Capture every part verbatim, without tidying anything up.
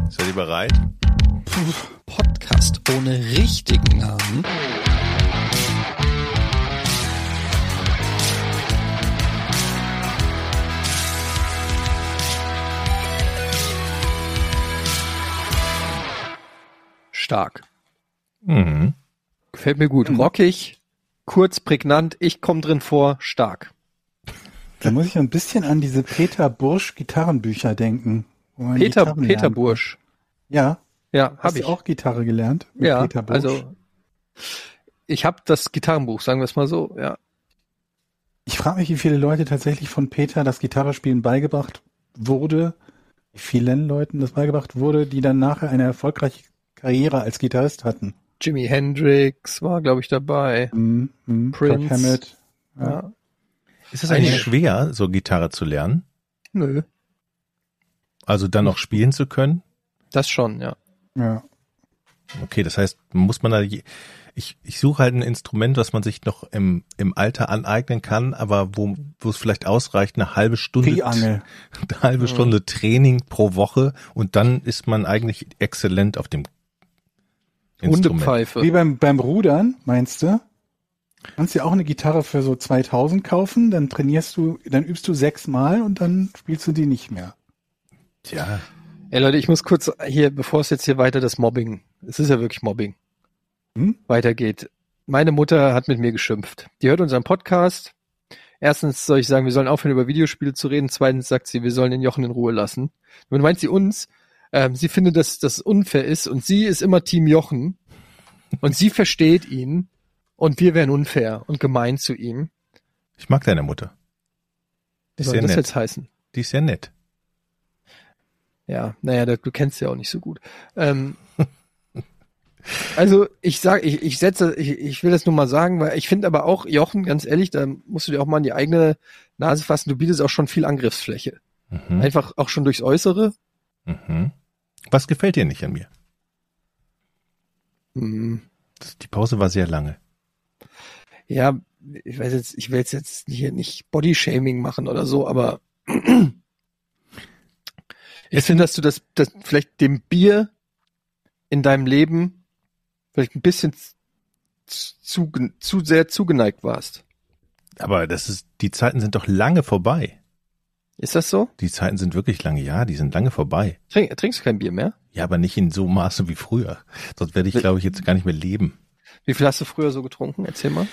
Seid ihr bereit? Puh, Podcast ohne richtigen Namen. Stark. Mhm. Gefällt mir gut. Rockig, kurz, prägnant, ich komme drin vor, stark. Da muss ich ein bisschen an diese Peter Bursch Gitarrenbücher denken. wo man Peter, Gitarren Peter lernt. Bursch. Ja, Ja, hast habe du ich. auch Gitarre gelernt mit Ja, Peter Bursch? also ich habe das Gitarrenbuch, sagen wir es mal so, ja. Ich frage mich, wie viele Leute tatsächlich von Peter das Gitarrespielen beigebracht wurde, wie vielen Leuten das beigebracht wurde, die dann nachher eine erfolgreiche Karriere als Gitarrist hatten. Jimi Hendrix war, glaube ich, dabei. Mhm, mhm. Prince. Kirk Hammett. Ja. Ja. Ist es eigentlich Einige. schwer, so Gitarre zu lernen? Nö, Also dann noch spielen zu können? das schon, ja. Ja. Okay, das heißt, muss man da, je, ich, ich suche halt ein Instrument, was man sich noch im, im Alter aneignen kann, aber wo, wo es vielleicht ausreicht, eine halbe Stunde, Triangel. eine halbe Stunde Training pro Woche und dann ist man eigentlich exzellent auf dem Instrument. Hundepfeife. Wie beim, beim Rudern, meinst du? Kannst dir auch eine Gitarre für so zweitausend kaufen, dann trainierst du, dann übst du sechsmal und dann spielst du die nicht mehr. Tja, Ey Leute, ich muss kurz hier, bevor es jetzt hier weiter das Mobbing, es ist ja wirklich Mobbing, Hm? weitergeht. Meine Mutter hat mit mir geschimpft. Die hört unseren Podcast. Erstens soll ich sagen, wir sollen aufhören, über Videospiele zu reden. Zweitens sagt sie, wir sollen den Jochen in Ruhe lassen. Nun meint sie uns, ähm, sie findet, dass das unfair ist und sie ist immer Team Jochen und sie versteht ihn und wir wären unfair und gemein zu ihm. ich mag deine Mutter. Die Was ist soll sehr das nett. jetzt heißen? Die ist sehr nett. Ja, naja, du kennst sie ja auch nicht so gut. Ähm, also ich sag, ich, ich setze, ich, ich will das nur mal sagen, weil ich finde aber auch, Jochen, ganz ehrlich, da musst du dir auch mal in die eigene Nase fassen, du bietest auch schon viel Angriffsfläche. Mhm. Einfach auch schon durchs Äußere. Mhm. Was gefällt dir nicht an mir? Hm, Das, die Pause war sehr lange. ja, ich weiß jetzt, ich will jetzt, jetzt hier nicht Bodyshaming machen oder so, aber ich finde, dass du das, das vielleicht dem Bier in deinem Leben vielleicht ein bisschen zu, zu, zu sehr zugeneigt warst. Aber das ist, die Zeiten sind doch lange vorbei. Ist das so? Die Zeiten sind wirklich lange, ja, die sind lange vorbei. Trink, trinkst du kein Bier mehr? Ja, aber nicht in so Maße wie früher. Sonst werde ich, glaube ich, jetzt gar nicht mehr leben. Wie viel hast du früher so getrunken? Erzähl mal.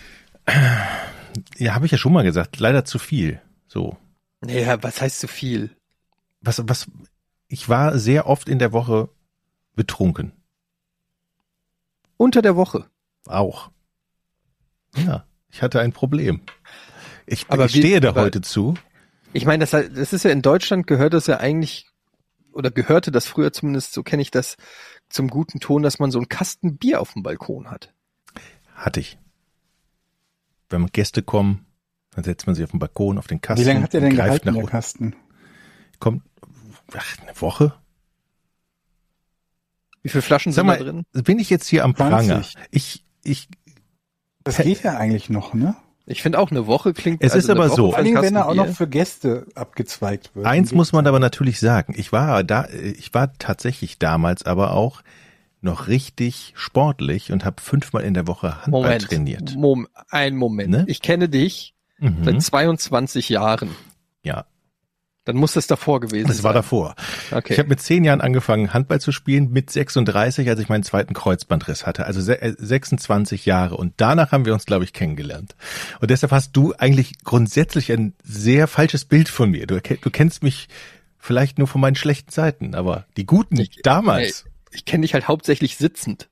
Ja, habe ich ja schon mal gesagt, leider zu viel. So. Naja, was heißt zu viel? Was, was, ich war sehr oft in der Woche betrunken. Unter der Woche. Auch. Ja, ich hatte ein Problem. Ich, Aber ich wie- stehe da aber- heute zu. Ich meine, das, das ist ja in Deutschland gehört das ja eigentlich, oder gehörte das früher zumindest, so kenne ich das, zum guten Ton, dass man so einen Kasten Bier auf dem Balkon hat. Hatte ich. Wenn Gäste kommen, dann setzt man sich auf den Balkon, auf den Kasten. Wie lange hat der und denn greift gehalten, nach der unten. Kasten? Kommt, ach, eine Woche? Wie viele Flaschen Sag sind mal, da drin? bin ich jetzt hier am Pranger? zwanzig. Ich, ich, Das geht ja eigentlich noch, ne? Ich finde auch, eine Woche klingt... Es ist eine aber Woche so. für Vor einen allem, wenn Kasten er auch noch Bier. für Gäste abgezweigt wird. Eins muss man aber natürlich sagen. Ich war da, ich war tatsächlich damals aber auch noch richtig sportlich und habe fünfmal in der Woche Handball Moment, trainiert. Mom ein Moment. Ne? Ich kenne dich seit Mhm. zweiundzwanzig Jahren. Ja, Dann muss das davor gewesen das sein. war davor. Okay. Ich habe mit zehn Jahren angefangen, Handball zu spielen, mit sechsunddreißig, als ich meinen zweiten Kreuzbandriss hatte. Also se- äh, sechsundzwanzig Jahre. Und danach haben wir uns, glaube ich, kennengelernt. Und deshalb hast du eigentlich grundsätzlich ein sehr falsches Bild von mir. Du, erken- du kennst mich vielleicht nur von meinen schlechten Seiten, aber die guten Ich- damals. Ey, ich kenne dich halt hauptsächlich sitzend.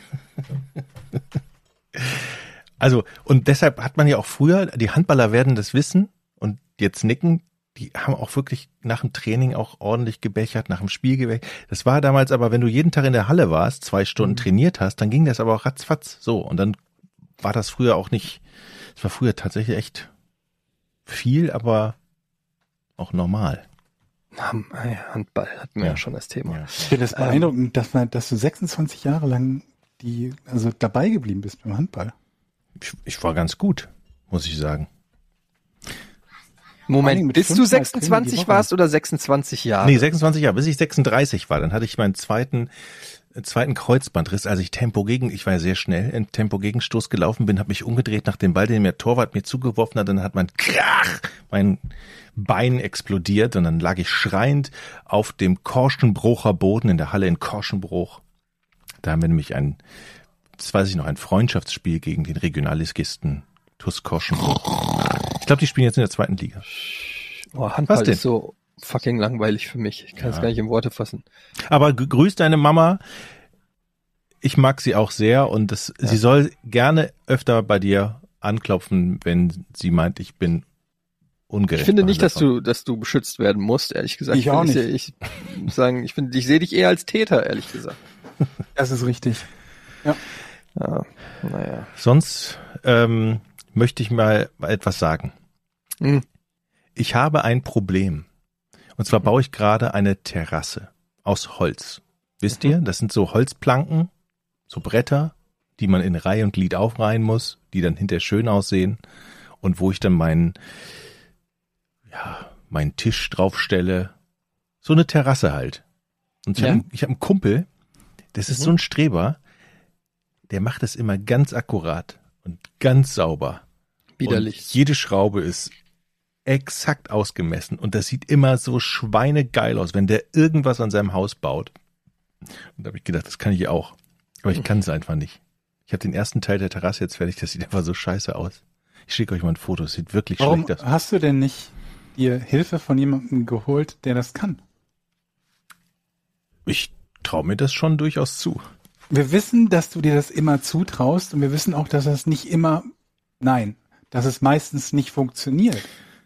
Also, und deshalb hat man ja auch früher, die Handballer werden das wissen und jetzt nicken, die haben auch wirklich nach dem Training auch ordentlich gebechert, nach dem Spiel gebechert. Das war damals aber, wenn du jeden Tag in der Halle warst, zwei Stunden trainiert hast, dann ging das aber auch ratzfatz so. Und dann war das früher auch nicht, es war früher tatsächlich echt viel, aber auch normal. Handball hatten wir ja, Ja. schon das Thema. Ja. Ich finde das beeindruckend, dass, man, dass du sechsundzwanzig Jahre lang die, also dabei geblieben bist beim Handball. Ich, ich war ganz gut, muss ich sagen. Moment, mit bis du fünfmal Training die sechsundzwanzig Woche. warst oder sechsundzwanzig Jahre? Nee, sechsundzwanzig Jahre, bis ich sechsunddreißig war. Dann hatte ich meinen zweiten äh, zweiten Kreuzbandriss, als ich Tempo gegen, ich war ja sehr schnell, in Tempo-Gegenstoß gelaufen bin, habe mich umgedreht nach dem Ball, den mir Torwart mir zugeworfen hat, dann hat mein Krach, mein Bein explodiert und dann lag ich schreiend auf dem Korschenbrucher Boden in der Halle in Korschenbruch. Da haben wir nämlich ein, das weiß ich noch, ein Freundschaftsspiel gegen den Regionalligisten T U S Korschenbruch. Ich glaube, die spielen jetzt in der zweiten Liga. Oh, Handball Was denn? ist so fucking langweilig für mich. Ich kann es Ja. gar nicht in Worte fassen. Aber g- grüß deine Mama. Ich mag sie auch sehr und das, Ja. sie soll gerne öfter bei dir anklopfen, wenn sie meint, ich bin ungerecht. Ich finde nicht, dass behandelt du, dass du beschützt werden musst, ehrlich gesagt. Ich auch finde, Ich, ich muss sagen, ich finde, ich sehe dich eher als Täter, ehrlich gesagt. Das ist richtig. Ja, naja. Sonst ähm, möchte ich mal etwas sagen. Hm. Ich habe ein Problem. Und zwar baue ich gerade eine Terrasse aus Holz. Wisst ihr, das sind so Holzplanken, so Bretter, die man in Reihe und Glied aufreihen muss, die dann hinterher schön aussehen und wo ich dann meinen, ja, meinen Tisch draufstelle. So eine Terrasse halt. Und ich Ja. habe ich hab einen Kumpel, das ist Mhm. so ein Streber, der macht es immer ganz akkurat und ganz sauber. Widerlich. Und jede Schraube ist exakt ausgemessen und das sieht immer so schweinegeil aus, wenn der irgendwas an seinem Haus baut. Und da habe ich gedacht, das kann ich auch. Aber ich kann es einfach nicht. Ich habe den ersten Teil der Terrasse jetzt fertig, das sieht einfach so scheiße aus. Ich schicke euch mal ein Foto, es sieht wirklich Warum schlecht aus. hast du denn nicht dir Hilfe von jemandem geholt, der das kann? Ich traue mir das schon durchaus zu. Wir wissen, dass du dir das immer zutraust und wir wissen auch, dass das nicht immer, nein, dass es meistens nicht funktioniert.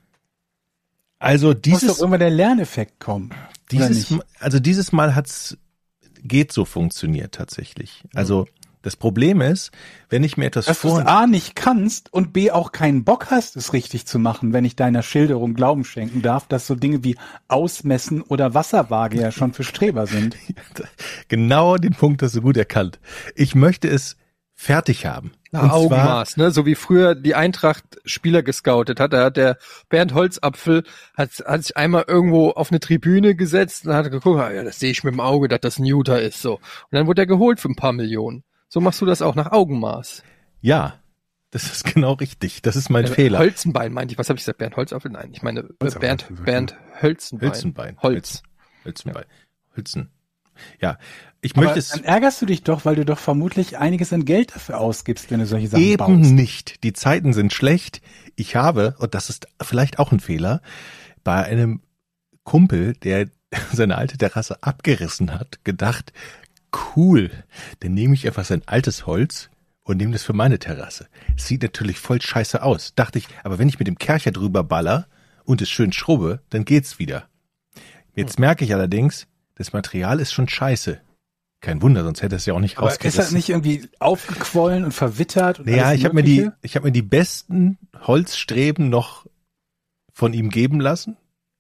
Also Muss doch dieses, immer der Lerneffekt kommen. oder dieses, nicht? also dieses Mal hat's, geht so funktioniert tatsächlich. Also das Problem ist, wenn ich mir etwas Dass du vor... es A nicht kannst und B auch keinen Bock hast, es richtig zu machen, wenn ich deiner Schilderung Glauben schenken darf, dass so Dinge wie Ausmessen oder Wasserwaage ja schon für Streber sind. Genau den Punkt hast du gut erkannt. Ich möchte es fertig haben. Nach Und zwar, Augenmaß, ne? So wie früher die Eintracht Spieler gescoutet hat. Da hat der Bernd Holzapfel hat, hat sich einmal irgendwo auf eine Tribüne gesetzt und hat geguckt, ah, ja, das sehe ich mit dem Auge, dass das ein Utah ist, so. Und dann wurde er geholt für ein paar Millionen. So machst du das auch nach Augenmaß. ja, das ist genau richtig. Das ist mein Äh, Fehler. Holzenbein meinte ich. Was habe ich gesagt? Bernd Holzapfel? Nein, ich meine äh, Holzapfel, Bernd, Holzapfel. Bernd Hölzenbein. Hülsenbein. Holz. Hülsenbein. Hülsen. Ja, ich Aber möchte es dann ärgerst du dich doch, weil du doch vermutlich einiges an Geld dafür ausgibst, wenn du solche Sachen eben baust. nicht. Die Zeiten sind schlecht. Ich habe, und das ist vielleicht auch ein Fehler, bei einem Kumpel, der seine alte Terrasse abgerissen hat, gedacht, cool, dann nehme ich einfach sein altes Holz und nehme das für meine Terrasse. Sieht natürlich voll scheiße aus. Dachte ich, aber wenn ich mit dem Kercher drüber baller und es schön schrubbe, dann geht's wieder. Jetzt merke ich allerdings, das Material ist schon scheiße. Kein Wunder, sonst hätte es ja auch nicht Aber ist rausgerissen. das nicht irgendwie aufgequollen und verwittert? Und Ja, alles ich habe mir die, Mögliche? ich habe mir die besten Holzstreben noch von ihm geben lassen.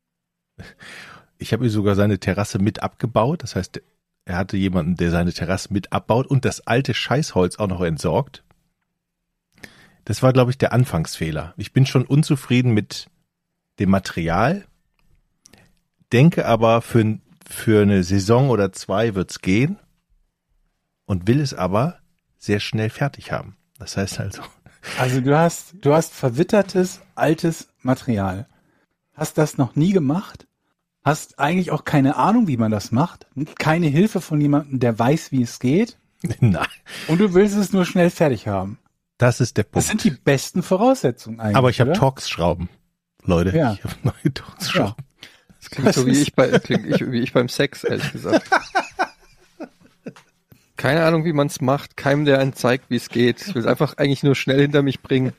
Ich habe ihm sogar seine Terrasse mit abgebaut. Das heißt, er hatte jemanden, der seine Terrasse mit abbaut und das alte Scheißholz auch noch entsorgt. Das war, glaube ich, der Anfangsfehler. Ich bin schon unzufrieden mit dem Material, denke aber für, für eine Saison oder zwei wird's gehen und will es aber sehr schnell fertig haben. Das heißt also, Also du hast, du hast verwittertes, altes Material. Hast das noch nie gemacht? Hast eigentlich auch keine Ahnung, wie man das macht? Keine Hilfe von jemandem, der weiß, wie es geht? nein, Und du willst es nur schnell fertig haben. das ist der Das Punkt. sind die besten Voraussetzungen eigentlich. Aber ich habe oder? Torx-Schrauben. Leute, Ja. ich habe neue Torx-Schrauben. Das klingt so wie ich, bei, das klingt ich, wie ich beim Sex, ehrlich gesagt. Keine Ahnung, wie man es macht. Keinem, der einen zeigt, wie es geht. Ich will es einfach eigentlich nur schnell hinter mich bringen.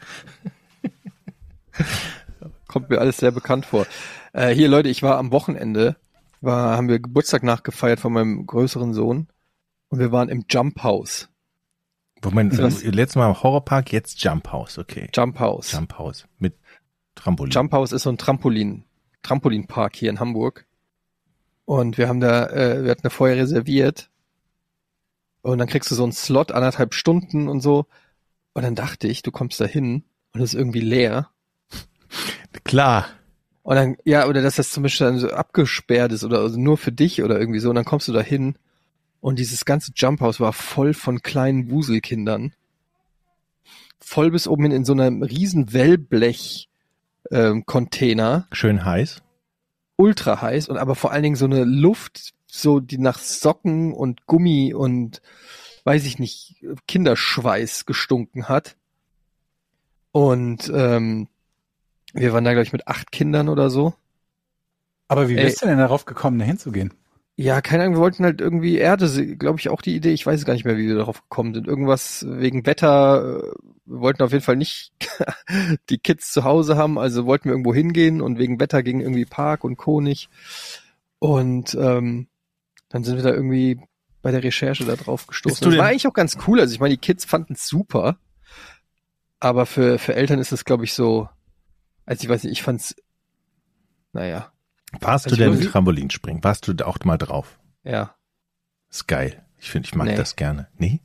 Kommt mir alles sehr bekannt vor. Äh, hier, Leute, ich war am Wochenende, war, haben wir Geburtstag nachgefeiert von meinem größeren Sohn und wir waren im Jump House. Moment, Was? äh, letztes Mal im Horrorpark, jetzt Jump House, okay. Jump House. Jump House mit Trampolin. Jump House ist so ein Trampolin, Trampolinpark hier in Hamburg. Und wir haben da, äh, wir hatten da vorher reserviert. Und dann kriegst du so einen Slot, anderthalb Stunden und so. Und dann dachte ich, du kommst da hin und es ist irgendwie leer. Klar, Und dann, ja, oder dass das zum Beispiel dann so abgesperrt ist oder also nur für dich oder irgendwie so. Und dann kommst du da hin und dieses ganze Jump House war voll von kleinen Wuselkindern. Voll bis oben hin in so einem riesen Wellblech ähm, Container. Schön heiß. Ultra heiß und aber vor allen Dingen so eine Luft, so die nach Socken und Gummi und weiß ich nicht, Kinderschweiß gestunken hat. Und ähm, wir waren da, glaube ich, mit acht Kindern oder so. Aber wie Ey. bist du denn darauf gekommen, da hinzugehen? Ja, keine Ahnung, wir wollten halt irgendwie Erde, glaube ich, auch die Idee, ich weiß gar nicht mehr, wie wir darauf gekommen sind. Irgendwas wegen Wetter, wir wollten auf jeden Fall nicht die Kids zu Hause haben, also wollten wir irgendwo hingehen und wegen Wetter ging irgendwie Park und Co. nicht. Und ähm, dann sind wir da irgendwie bei der Recherche da drauf gestoßen. Das war eigentlich auch ganz cool, also ich meine, die Kids fanden es super, aber für für Eltern ist das, glaube ich, so, also ich weiß nicht, ich fand's, naja. Warst also du denn muss, im Trampolinspringen? Warst du da auch mal drauf? Ja. Ist geil. Ich finde, ich mag Nee. das gerne. Nee?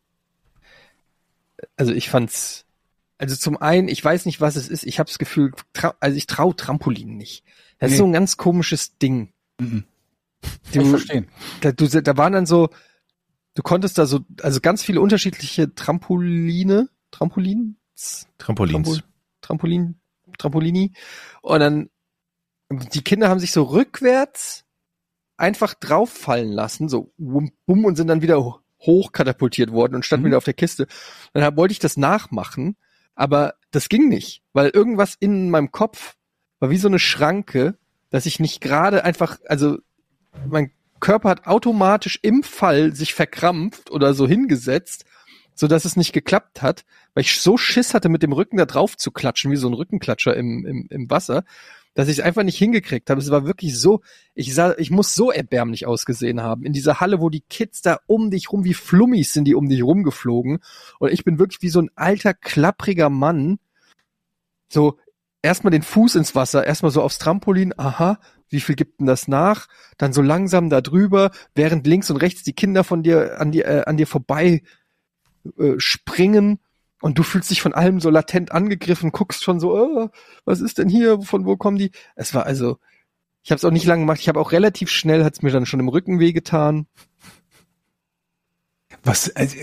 Also ich fand's, also zum einen, ich weiß nicht, was es ist. Ich habe das Gefühl, tra- also ich traue Trampolinen nicht. Das Nee. ist so ein ganz komisches Ding. Mhm. Du, ich verstehen. Da, du, da waren dann so, du konntest da so, also ganz viele unterschiedliche Trampoline, Trampolins, Trampolins. Trampol, Trampolin, Trampolini. Und dann, die Kinder haben sich so rückwärts einfach drauffallen lassen, so wum, bum, und sind dann wieder hochkatapultiert worden und standen Mhm. wieder auf der Kiste. Dann hab, wollte ich das nachmachen, aber das ging nicht, weil irgendwas in meinem Kopf war wie so eine Schranke, dass ich nicht gerade einfach, also mein Körper hat automatisch im Fall sich verkrampft oder so hingesetzt, so dass es nicht geklappt hat, weil ich so Schiss hatte, mit dem Rücken da drauf zu klatschen, wie so ein Rückenklatscher im, im, im Wasser, dass ich es einfach nicht hingekriegt habe. Es war wirklich so, ich sah, ich muss so erbärmlich ausgesehen haben. In dieser Halle, wo die Kids da um dich rum, wie Flummis sind die um dich rumgeflogen. Und ich bin wirklich wie so ein alter, klappriger Mann. So, erstmal den Fuß ins Wasser, erstmal so aufs Trampolin, aha, wie viel gibt denn das nach? Dann so langsam da drüber, während links und rechts die Kinder von dir, an dir, äh, an dir vorbei äh, springen. Und du fühlst dich von allem so latent angegriffen, guckst schon so, oh, was ist denn hier, von wo kommen die? Es war also, ich habe es auch nicht lange gemacht, ich habe auch relativ schnell, hat es mir dann schon im Rücken wehgetan. Was, also,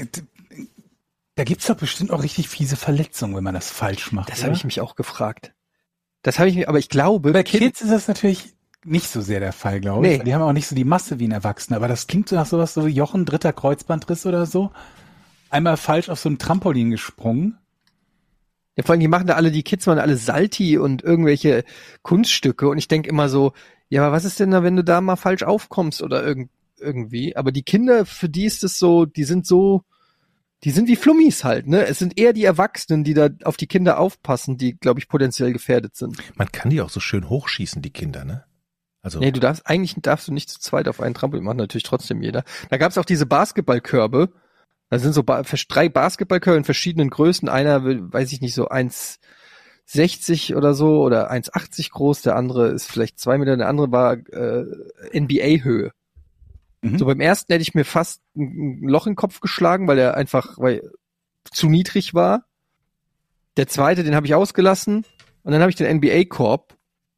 da gibt's doch bestimmt auch richtig fiese Verletzungen, wenn man das falsch macht. Das habe ich mich auch gefragt. Das habe ich mir, aber ich glaube, Bei Kind, Kids ist das natürlich nicht so sehr der Fall, glaube ich. Nee. Weil die haben auch nicht so die Masse wie ein Erwachsener. Aber das klingt so nach sowas, so wie Jochen, dritter Kreuzbandriss oder so. Einmal falsch auf so ein Trampolin gesprungen. ja, vor allem, die machen da alle, die Kids machen alle Salti und irgendwelche Kunststücke und ich denke immer so, ja, aber was ist denn da, wenn du da mal falsch aufkommst oder irgend, irgendwie? Aber die Kinder, für die ist es so, die sind so, die sind wie Flummis halt, ne? Es sind eher die Erwachsenen, die da auf die Kinder aufpassen, die, glaube ich, potenziell gefährdet sind. Man kann die auch so schön hochschießen, die Kinder, ne? Also, Nee, du darfst, eigentlich darfst du nicht zu zweit auf einen Trampolin machen, natürlich trotzdem jeder. Da gab es auch diese Basketballkörbe. Da sind so ba- drei Basketballkörbe in verschiedenen Größen. Einer will, weiß ich nicht, so eins sechzig oder so oder eins achtzig groß. Der andere ist vielleicht zwei Meter. Der andere war äh, N B A-Höhe. Mhm. So beim ersten hätte ich mir fast ein ein Loch in den Kopf geschlagen, weil er einfach weil zu niedrig war. Der zweite, den habe ich ausgelassen. Und dann habe ich den N B A-Korb.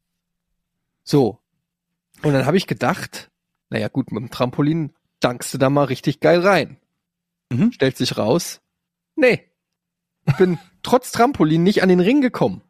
So. Und dann habe ich gedacht, naja gut, mit dem Trampolin dankst du da mal richtig geil rein. Mhm. Stellt sich raus, nee, ich bin trotz Trampolin nicht an den Ring gekommen.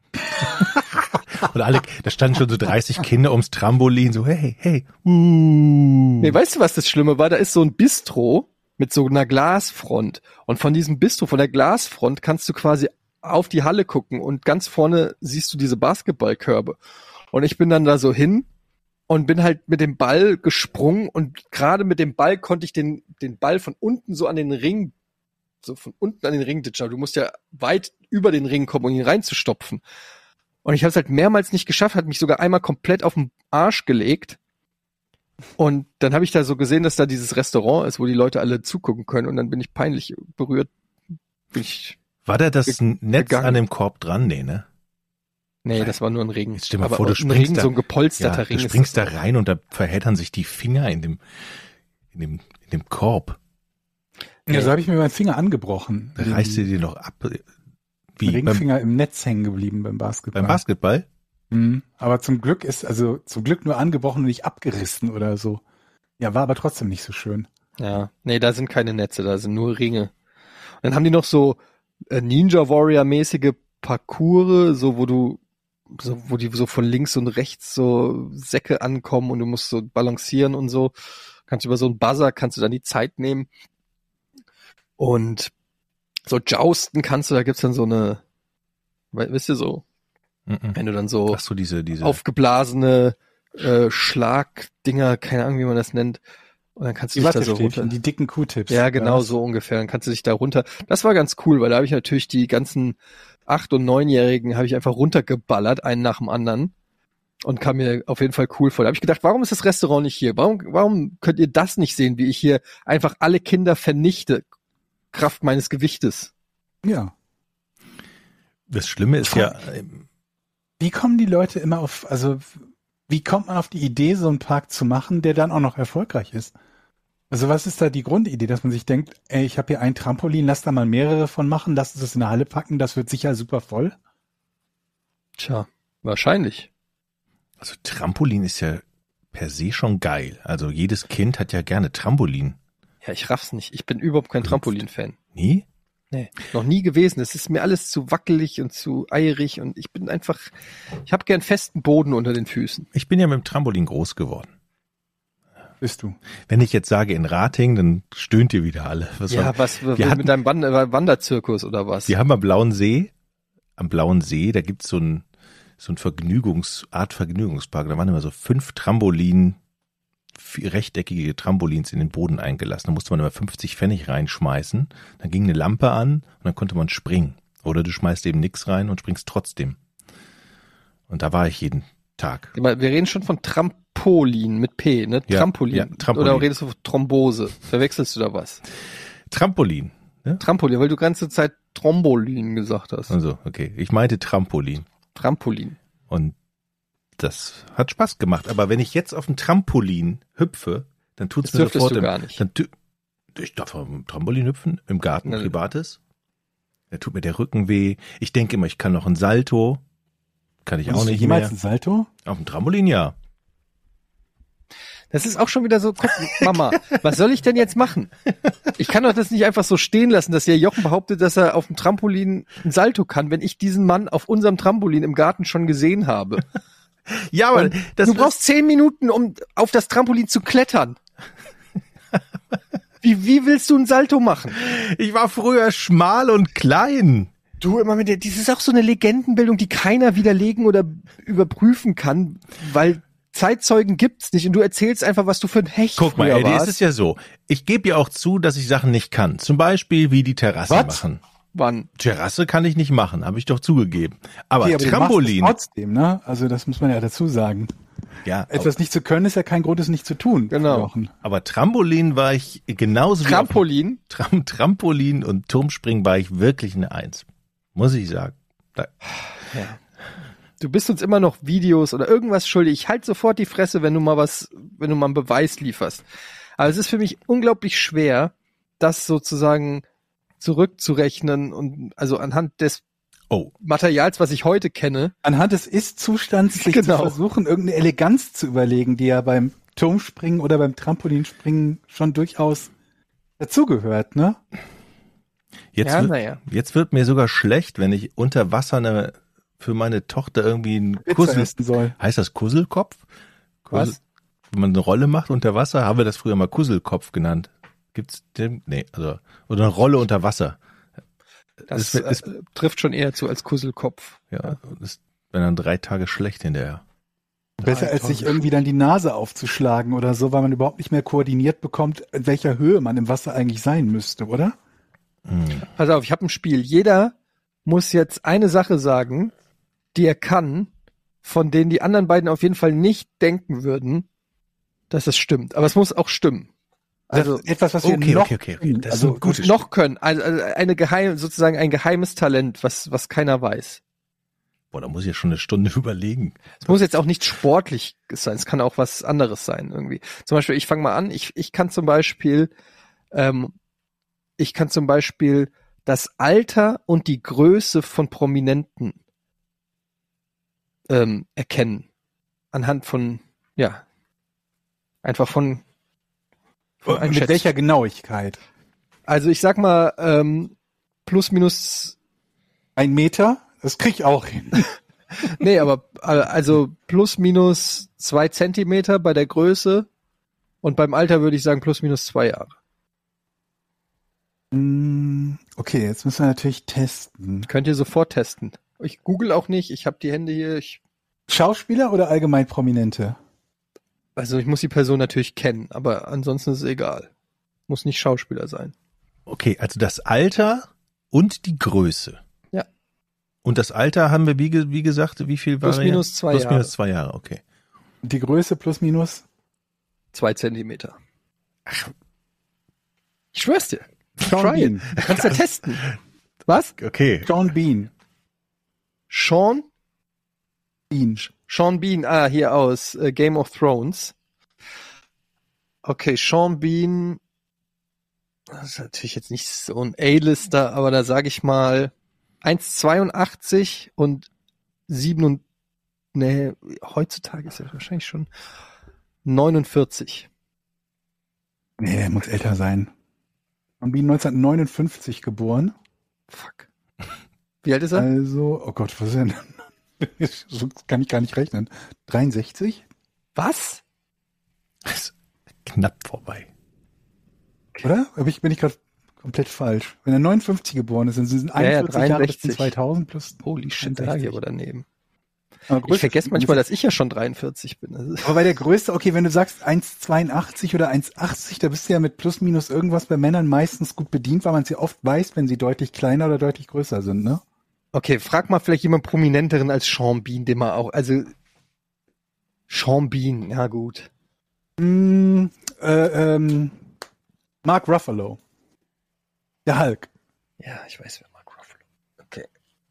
und alle, da standen schon so dreißig Kinder ums Trampolin, so, hey, hey, uh. Nee, weißt du, was das Schlimme war? Da ist so ein Bistro mit so einer Glasfront. Und von diesem Bistro, von der Glasfront, kannst du quasi auf die Halle gucken und ganz vorne siehst du diese Basketballkörbe. Und ich bin dann da so hin und bin halt mit dem Ball gesprungen und gerade mit dem Ball konnte ich den, den Ball von unten so an den Ring, so von unten an den Ring ditchen. Du musst ja weit über den Ring kommen, um ihn reinzustopfen. Und ich habe es halt mehrmals nicht geschafft, hat mich sogar einmal komplett auf den Arsch gelegt. Und dann habe ich da so gesehen, dass da dieses Restaurant ist, wo die Leute alle zugucken können. Und dann bin ich peinlich berührt. Bin ich, War da das ge- Netz gegangen. an dem Korb dran? Nee, ne? nee, das war nur ein Ring. Jetzt stell dir mal Aber vor, du ein springst Ring, da- so ein gepolsterter Ja, Ring. du ist springst das da rein und da verheddern sich die Finger in dem, in dem, in dem Korb. Ja, so habe ich mir meinen Finger angebrochen. Da reißt du dir noch ab. Wie? Ringfinger Beim, im Netz hängen geblieben beim Basketball. beim Basketball? Mhm. Aber zum Glück ist, also zum Glück nur angebrochen und nicht abgerissen oder so. Ja, war aber trotzdem nicht so schön. Ja, nee, da sind keine Netze, da sind nur Ringe. Und dann haben die noch so äh, Ninja Warrior-mäßige Parcours, so wo du, so, wo die so von links und rechts so Säcke ankommen und du musst so balancieren und so. Kannst über so einen Buzzer, kannst du dann die Zeit nehmen. Und so jousten kannst du, da gibt's dann so eine, we- wisst ihr so, Mhm. wenn du dann so Ach so, diese, diese. aufgeblasene äh, Schlagdinger, keine Ahnung, wie man das nennt. Und dann kannst du Die dich da so Wattestäbchen, runter. die dicken Q-Tips. Ja, genau, Was? so ungefähr. Dann kannst du dich da runter. Das war ganz cool, weil da habe ich natürlich die ganzen acht- und neunjährigen habe ich einfach runtergeballert, einen nach dem anderen. Und kam mir auf jeden Fall cool vor. Da habe ich gedacht, warum ist das Restaurant nicht hier? Warum, warum könnt ihr das nicht sehen, wie ich hier einfach alle Kinder vernichte, Kraft meines Gewichtes? Ja. Das Schlimme ist ja, ähm, Wie kommen die Leute immer auf, also wie kommt man auf die Idee, so einen Park zu machen, der dann auch noch erfolgreich ist? Also was ist da die Grundidee, dass man sich denkt, ey, ich habe hier ein Trampolin, lass da mal mehrere von machen, lass uns das in eine Halle packen, das wird sicher super voll. Tja, wahrscheinlich. also Trampolin ist ja per se schon geil. Also jedes Kind hat ja gerne Trampolin. Ja, ich raff's nicht. Ich bin überhaupt kein Findest- Trampolin-Fan. Nie? Nee, noch nie gewesen. Es ist mir alles zu wackelig und zu eierig und ich bin einfach, ich habe gern festen Boden unter den Füßen. Ich bin ja mit dem Trampolin groß geworden. Bist du. Wenn ich jetzt sage in Rating, dann stöhnt ihr wieder alle. Was Ja, war, was wir mit hatten- deinem Wander Wanderzirkus oder was? wir haben am Blauen See, am Blauen See, da gibt's so ein, so ein Vergnügungs, Art Vergnügungspark. Da waren immer so fünf Trampolin, vier rechteckige Trampolins in den Boden eingelassen. Da musste man immer fünfzig Pfennig reinschmeißen. Dann ging eine Lampe an und dann konnte man springen. Oder du schmeißt eben nix rein und springst trotzdem. Und da war ich jeden Tag. Wir reden schon von Trampolin mit P, ne? Ja, Trampolin. ja, Trampolin. Oder redest du von Thrombose? Verwechselst du da was? Trampolin. Trampolin, weil du ganze Zeit Trombolin gesagt hast. Also, okay. Ich meinte Trampolin. Trampolin. Und das hat Spaß gemacht. Aber wenn ich jetzt auf dem Trampolin hüpfe, dann tut's Das mir dürftest sofort du im, gar nicht. Dann, tü- ich darf auf dem Trampolin hüpfen, im Garten, Nein. privates. Da tut mir der Rücken weh. Ich denke immer, ich kann noch ein Salto. Kann ich auch Hast du nicht jemals mehr. ein Salto? Auf dem Trampolin, ja. Das ist auch schon wieder so, guck, Mama, was soll ich denn jetzt machen? Ich kann doch das nicht einfach so stehen lassen, dass hier Jochen behauptet, dass er auf dem Trampolin ein Salto kann, wenn ich diesen Mann auf unserem Trampolin im Garten schon gesehen habe. Ja, aber Und das du brauchst zehn Minuten, um auf das Trampolin zu klettern. Wie, wie willst du ein Salto machen? ich war früher schmal und klein. Du immer mit der, das ist auch so eine Legendenbildung, die keiner widerlegen oder überprüfen kann, weil Zeitzeugen gibt's nicht und du erzählst einfach, was du für ein Hecht Guck mal, früher Eddie, es warst. ist ja so. Ich gebe ja auch zu, dass ich Sachen nicht kann. Zum Beispiel wie die Terrasse Was? machen. Wann? Terrasse kann ich nicht machen, habe ich doch zugegeben. Aber Okay, aber du machst Trampolin, es trotzdem, ne? Also das muss man ja dazu sagen. ja, Etwas nicht zu können ist ja kein Grund, es nicht zu tun. Genau. Jochen. aber Trampolin war ich genauso Trampolin? wie auf Tram, Trampolin und Turmspringen war ich wirklich eine Eins. Muss ich sagen. Da, Ja. Du bist uns immer noch Videos oder irgendwas schuldig. Ich halte sofort die Fresse, wenn du mal was, wenn du mal einen Beweis lieferst. Aber es ist für mich unglaublich schwer, das sozusagen zurückzurechnen und also anhand des oh, Materials, was ich heute kenne. Anhand des Ist-Zustands sich Genau. zu versuchen, irgendeine Eleganz zu überlegen, die ja beim Turmspringen oder beim Trampolinspringen schon durchaus dazugehört, ne? jetzt, Ja, wird, naja. jetzt wird mir sogar schlecht, wenn ich unter Wasser eine, für meine Tochter irgendwie einen Pizza Kussel, essen soll. heißt das Kusselkopf? Kussel, Was? Wenn man eine Rolle macht unter Wasser, haben wir das früher mal Kusselkopf genannt. Gibt's den? Nee, also, oder eine Rolle unter Wasser. Das Das ist- äh, trifft schon eher zu als Kusselkopf. Ja, das wenn dann drei Tage schlecht hinterher. Besser als sich irgendwie dann die Nase aufzuschlagen oder so, weil man überhaupt nicht mehr koordiniert bekommt, in welcher Höhe man im Wasser eigentlich sein müsste, oder? Hm. Pass auf, ich habe ein Spiel. Jeder muss jetzt eine Sache sagen, die er kann, von denen die anderen beiden auf jeden Fall nicht denken würden, dass es stimmt. Aber es muss auch stimmen. Also das ist etwas, was wir Okay, noch okay, okay, okay. Das ist also ein gutes noch können. Also also eine geheim, sozusagen ein geheimes Talent, was, was keiner weiß. Boah, da muss ich ja schon eine Stunde überlegen. Es muss jetzt auch nicht sportlich sein, es kann auch was anderes sein irgendwie. Zum Beispiel, ich fange mal an, ich, ich kann zum Beispiel, ähm, ich kann zum Beispiel das Alter und die Größe von Prominenten ähm, erkennen. Anhand von, ja, einfach von, von Mit Einschätzung. welcher Genauigkeit? Also ich sag mal, ähm, plus minus, Ein Meter? Das krieg ich auch hin. nee, aber äh, also plus minus zwei Zentimeter bei der Größe und beim Alter würde ich sagen plus minus zwei Jahre. Mm, Okay, jetzt müssen wir natürlich testen. Könnt ihr sofort testen. Ich google auch nicht, ich habe die Hände hier, ich, Schauspieler oder allgemein Prominente? also ich muss die Person natürlich kennen, aber ansonsten ist es egal. Muss nicht Schauspieler sein. Okay, also das Alter und die Größe. Ja. Und das Alter haben wir, wie, ge- wie gesagt, wie viel war Plus minus zwei Plus Jahre. minus zwei Jahre, okay. Die Größe plus minus? Zwei Zentimeter. Ich schwör's dir. Sean Try Bean. it. Du kannst ja testen. Was? Okay. Sean Bean. Sean? Bean. Sean Bean, ah, hier aus äh, Game of Thrones. Okay, Sean Bean, das ist natürlich jetzt nicht so ein A-Lister, aber da sage ich mal eins Komma zweiundachtzig und sieben und, nee, heutzutage ist er wahrscheinlich schon neunundvierzig. Nee, der muss älter sein. Sean Bean neunzehnhundertneunundfünfzig geboren. Fuck. Wie alt ist er? Also, oh Gott, was ist denn? So kann ich gar nicht rechnen. dreiundsechzig? Was? Das ist knapp vorbei. Oder? Aber ich bin ich gerade komplett falsch. Wenn er neunundfünfzig geboren ist, dann sind es Ja, ja, einundvierzig Jahre bis zum dreiundsechzig. zweitausend plus. Holy shit, da lag ich aber daneben. Aber Ich größte- vergesse manchmal, dass ich ja schon dreiundvierzig bin. Das ist- Aber bei der Größe, okay, wenn du sagst eins Komma zweiundachtzig oder eins Komma achtzig, da bist du ja mit plus minus irgendwas bei Männern meistens gut bedient, weil man es ja oft weiß, wenn sie deutlich kleiner oder deutlich größer sind, ne? Okay, frag mal vielleicht jemand Prominenteren als Sean Bean, den man auch, also Sean Bean, ja gut. Mm, äh, ähm, Mark Ruffalo. Der Hulk. Ja, ich weiß, wer Mark Ruffalo. Okay.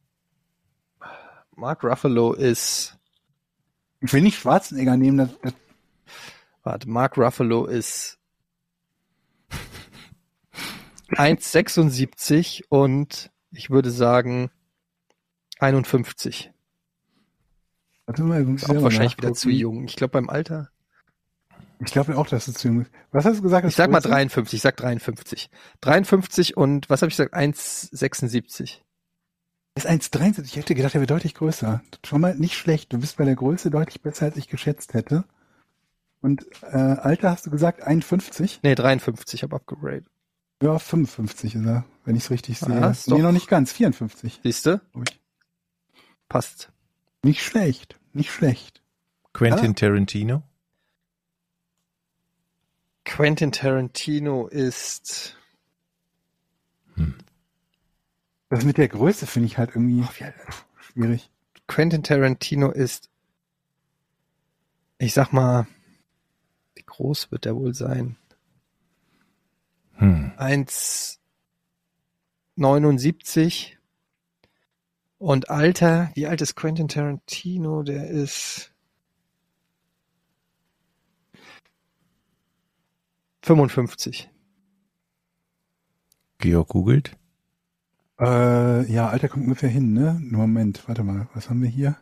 Mark Ruffalo ist, Ich will nicht Schwarzenegger nehmen, das, das, warte, Mark Ruffalo ist eins Komma sechsundsiebzig und ich würde sagen einundfünfzig. warte mal, ich muss Auch selber wahrscheinlich wieder nachgucken. zu jung. Ich glaube beim Alter. Ich glaube auch, dass du zu jung bist. Was hast du gesagt? Ich sag mal Größe? dreiundfünfzig, ich sag dreiundfünfzig. dreiundfünfzig und was habe ich gesagt? eins Komma sechsundsiebzig. Er ist eins Komma dreiundsiebzig. Ich hätte gedacht, er wäre deutlich größer. Schon mal nicht schlecht. Du bist bei der Größe deutlich besser, als ich geschätzt hätte. Und äh, Alter hast du gesagt einundfünfzig? Nee, dreiundfünfzig, ich habe abgegradet. Ja, fünfundfünfzig ist er, wenn ich es richtig sehe. Ah, ist nee, doch- noch nicht ganz. vierundfünfzig. Siehst du? glaub ich. Passt. Nicht schlecht. Nicht schlecht. Quentin Ah. Tarantino. Quentin Tarantino ist. Das mit der Größe finde ich halt irgendwie Oh, wie alt- schwierig. Quentin Tarantino ist. Ich sag mal, wie groß wird der wohl sein? Hm. eins Komma neunundsiebzig. Und Alter, wie alt ist Quentin Tarantino? Der ist fünfundfünfzig. Georg googelt. Äh, ja, Alter kommt ungefähr hin, ne? Moment, warte mal. Was haben wir hier?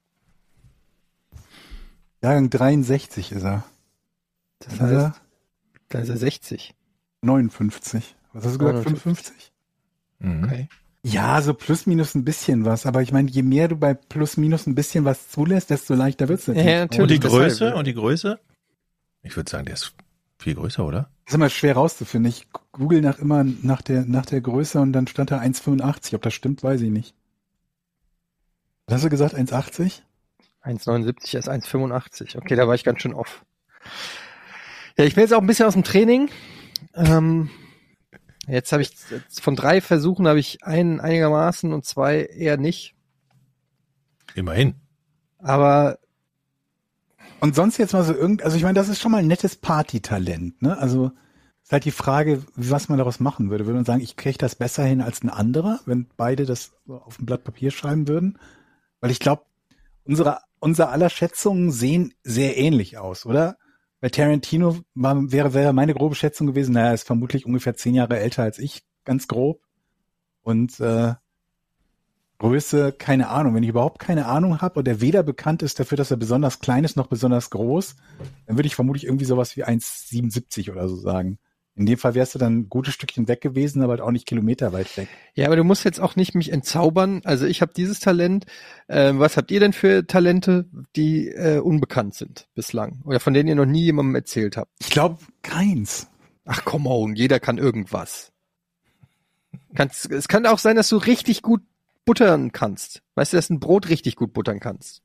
Jahrgang dreiundsechzig ist er. Das Ist heißt, er da ist er sechzig. neunundfünfzig. Was hast du gesagt? neunundfünfzig. fünfundfünfzig? Mhm. Okay. Ja, so plus minus ein bisschen was. Aber ich meine, je mehr du bei plus minus ein bisschen was zulässt, desto leichter wird's natürlich. Ja, natürlich. Und die deshalb, Größe? ja. Und die Größe? Ich würde sagen, der ist viel größer, oder? Das ist immer schwer rauszufinden. Ich google nach immer nach der, nach der Größe und dann stand da eins Komma fünfundachtzig. Ob das stimmt, weiß ich nicht. Was hast du gesagt? eins Komma achtzig? eins Komma neunundsiebzig, er ist eins Komma fünfundachtzig. Okay, da war ich ganz schön off. Ja, ich bin jetzt auch ein bisschen aus dem Training. Ähm, jetzt habe ich jetzt von drei Versuchen habe ich einen einigermaßen und zwei eher nicht. Immerhin. Aber Und sonst jetzt mal so irgend, also ich meine, das ist schon mal ein nettes Partytalent, ne? Also ist halt die Frage, was man daraus machen würde. Würde man sagen, ich kriege das besser hin als ein anderer, wenn beide das so auf ein Blatt Papier schreiben würden? Weil ich glaube, unsere, unser aller Schätzungen sehen sehr ähnlich aus, oder? Bei Tarantino war, wäre, wäre meine grobe Schätzung gewesen, naja, er ist vermutlich ungefähr zehn Jahre älter als ich, ganz grob. Und äh, Größe, keine Ahnung. Wenn ich überhaupt keine Ahnung habe und der weder bekannt ist dafür, dass er besonders klein ist, noch besonders groß, dann würde ich vermutlich irgendwie sowas wie eins Komma siebenundsiebzig oder so sagen. In dem Fall wärst du dann ein gutes Stückchen weg gewesen, aber halt auch nicht kilometerweit weg. Ja, aber du musst jetzt auch nicht mich entzaubern. Also ich habe dieses Talent. Ähm, was habt ihr denn für Talente, die äh, unbekannt sind bislang? Oder von denen ihr noch nie jemandem erzählt habt? Ich glaube, keins. Ach, come on, jeder kann irgendwas. Kannst, es kann auch sein, dass du richtig gut buttern kannst. Weißt du, dass du ein Brot richtig gut buttern kannst?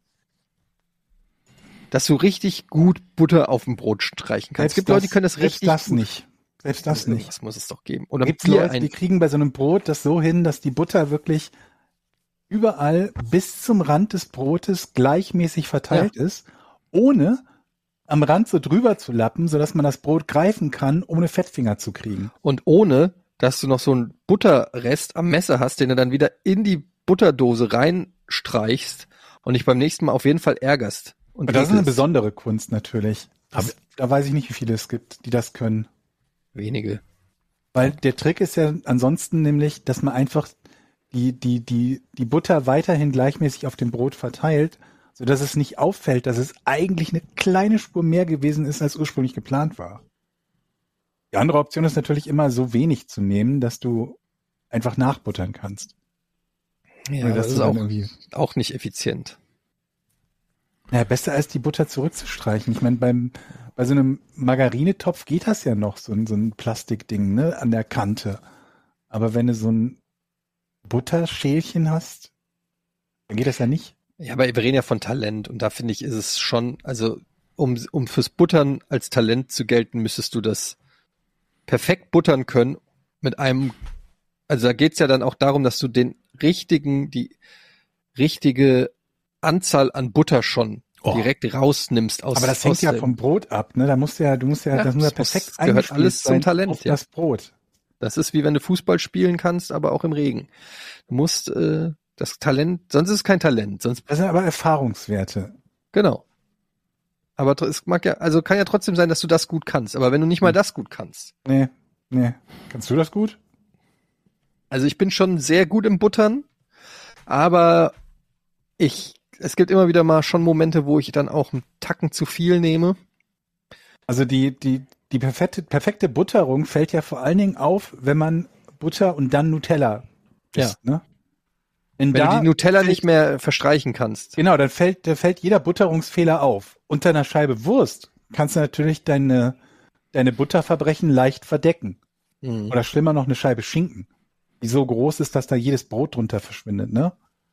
Dass du richtig gut Butter auf dem Brot streichen kannst. Selbst Es gibt das, Leute, die können das selbst richtig das gut. nicht. Selbst das nicht. Das muss es doch geben. Oder Gibt's Bier Leute, ein- die kriegen bei so einem Brot das so hin, dass die Butter wirklich überall bis zum Rand des Brotes gleichmäßig verteilt ist, ohne am Rand so drüber zu lappen, sodass man das Brot greifen kann, ohne Fettfinger zu kriegen. Und ohne, dass du noch so einen Butterrest am Messer hast, den du dann wieder in die Butterdose reinstreichst und dich beim nächsten Mal auf jeden Fall ärgerst. Und Und das ist eine ekelst. besondere Kunst natürlich. Das, da weiß ich nicht, wie viele es gibt, die das können. Wenige. Weil der Trick ist ja ansonsten nämlich, dass man einfach die, die, die, die Butter weiterhin gleichmäßig auf dem Brot verteilt, sodass es nicht auffällt, dass es eigentlich eine kleine Spur mehr gewesen ist, als ursprünglich geplant war. Die andere Option ist natürlich immer so wenig zu nehmen, dass du einfach nachbuttern kannst. Ja, Oder das dass ist du dann auch, irgendwie, auch nicht effizient. naja, besser als die Butter zurückzustreichen. Ich meine, beim, bei so einem Margarinetopf geht das ja noch, so ein, so ein Plastikding, ne, an der Kante. Aber wenn du so ein Butterschälchen hast, dann geht das ja nicht. Ja, aber wir reden ja von Talent und da finde ich, ist es schon, also um, um fürs Buttern als Talent zu gelten, müsstest du das perfekt buttern können mit einem, also da geht's ja dann auch darum, dass du den richtigen, die richtige Anzahl an Butter schon Oh. direkt rausnimmst aus. Aber das hängt aus ja dem- vom Brot ab, ne? Da musst du ja, du musst ja, Ja, das muss ja das muss- perfekt gehört eingespielt alles zum sein Talent, auf ja. das Brot. Das ist wie wenn du Fußball spielen kannst, aber auch im Regen. Du musst äh, das Talent, sonst ist es kein Talent, sonst Das sind aber Erfahrungswerte. genau. Aber tr- es mag ja, also kann ja trotzdem sein, dass du das gut kannst. Aber wenn du nicht mal das gut kannst, Nee, nee. Kannst du das gut? also ich bin schon sehr gut im Buttern, aber ich, es gibt immer wieder mal schon Momente, wo ich dann auch einen Tacken zu viel nehme. Also die, die, die perfekte, perfekte Butterung fällt ja vor allen Dingen auf, wenn man Butter und dann Nutella isst, ne? Denn Wenn da du die Nutella fällt, nicht mehr verstreichen kannst. Genau, dann fällt, da fällt jeder Butterungsfehler auf. Unter einer Scheibe Wurst kannst du natürlich deine, deine Butterverbrechen leicht verdecken. Mhm. Oder schlimmer noch eine Scheibe Schinken, die so groß ist, dass da jedes Brot drunter verschwindet, ne?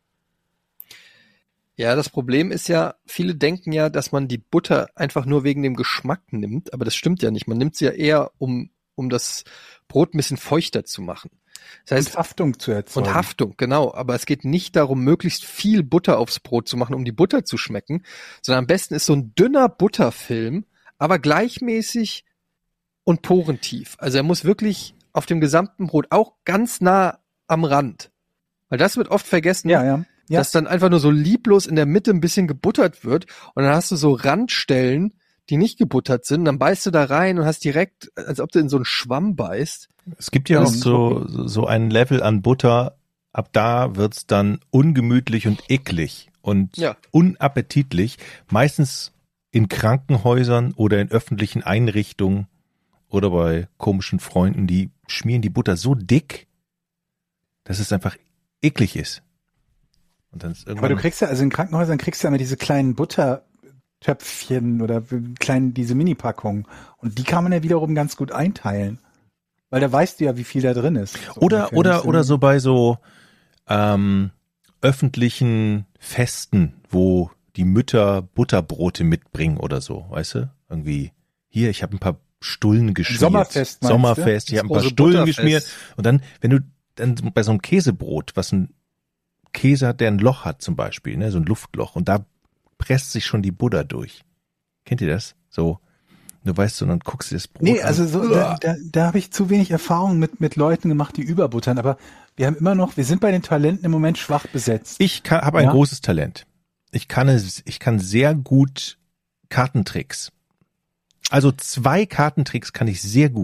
Ja, das Problem ist ja, viele denken ja, dass man die Butter einfach nur wegen dem Geschmack nimmt, aber das stimmt ja nicht. Man nimmt sie ja eher, um, um das Brot ein bisschen feuchter zu machen. Das heißt, Und Haftung zu erzeugen. und Haftung, genau. Aber es geht nicht darum, möglichst viel Butter aufs Brot zu machen, um die Butter zu schmecken, sondern am besten ist so ein dünner Butterfilm, aber gleichmäßig und porentief. Also er muss wirklich auf dem gesamten Brot auch ganz nah am Rand. Weil das wird oft vergessen, Ja, ja. Ja. dass dann einfach nur so lieblos in der Mitte ein bisschen gebuttert wird und dann hast du so Randstellen, die nicht gebuttert sind, dann beißt du da rein und hast direkt, als ob du in so einen Schwamm beißt. Es gibt ja auch Das- so, so ein Level an Butter, ab da wird's dann ungemütlich und eklig und Ja. unappetitlich. Meistens in Krankenhäusern oder in öffentlichen Einrichtungen oder bei komischen Freunden, die schmieren die Butter so dick, dass es einfach eklig ist. Und dann ist Aber irgendwann, du kriegst ja, also in Krankenhäusern kriegst du ja immer diese kleinen Buttertöpfchen oder kleinen, diese Mini-Packungen. Und die kann man ja wiederum ganz gut einteilen. Weil da weißt du ja, wie viel da drin ist. So oder, ungefähr. oder, Das oder sind- so bei so ähm, öffentlichen Festen, wo die Mütter Butterbrote mitbringen oder so, weißt du? Irgendwie, hier, ich habe ein paar Stullen geschmiert. Sommerfest, meinst Sommerfest, du? ich habe ein paar Das große Stullen Butterfest. geschmiert. Und dann, wenn du dann bei so einem Käsebrot, was ein Käse hat, der ein Loch hat zum Beispiel, ne, so ein Luftloch, und da presst sich schon die Butter durch. Kennt ihr das? So, du weißt so, dann guckst du das Brot Nee, an. also so, da, da, da habe ich zu wenig Erfahrung mit, mit Leuten gemacht, die überbuttern. Aber wir haben immer noch, wir sind bei den Talenten im Moment schwach besetzt. Ich habe ein Ja? großes Talent. Ich kann es, ich kann sehr gut Kartentricks. Also zwei Kartentricks kann ich sehr gut.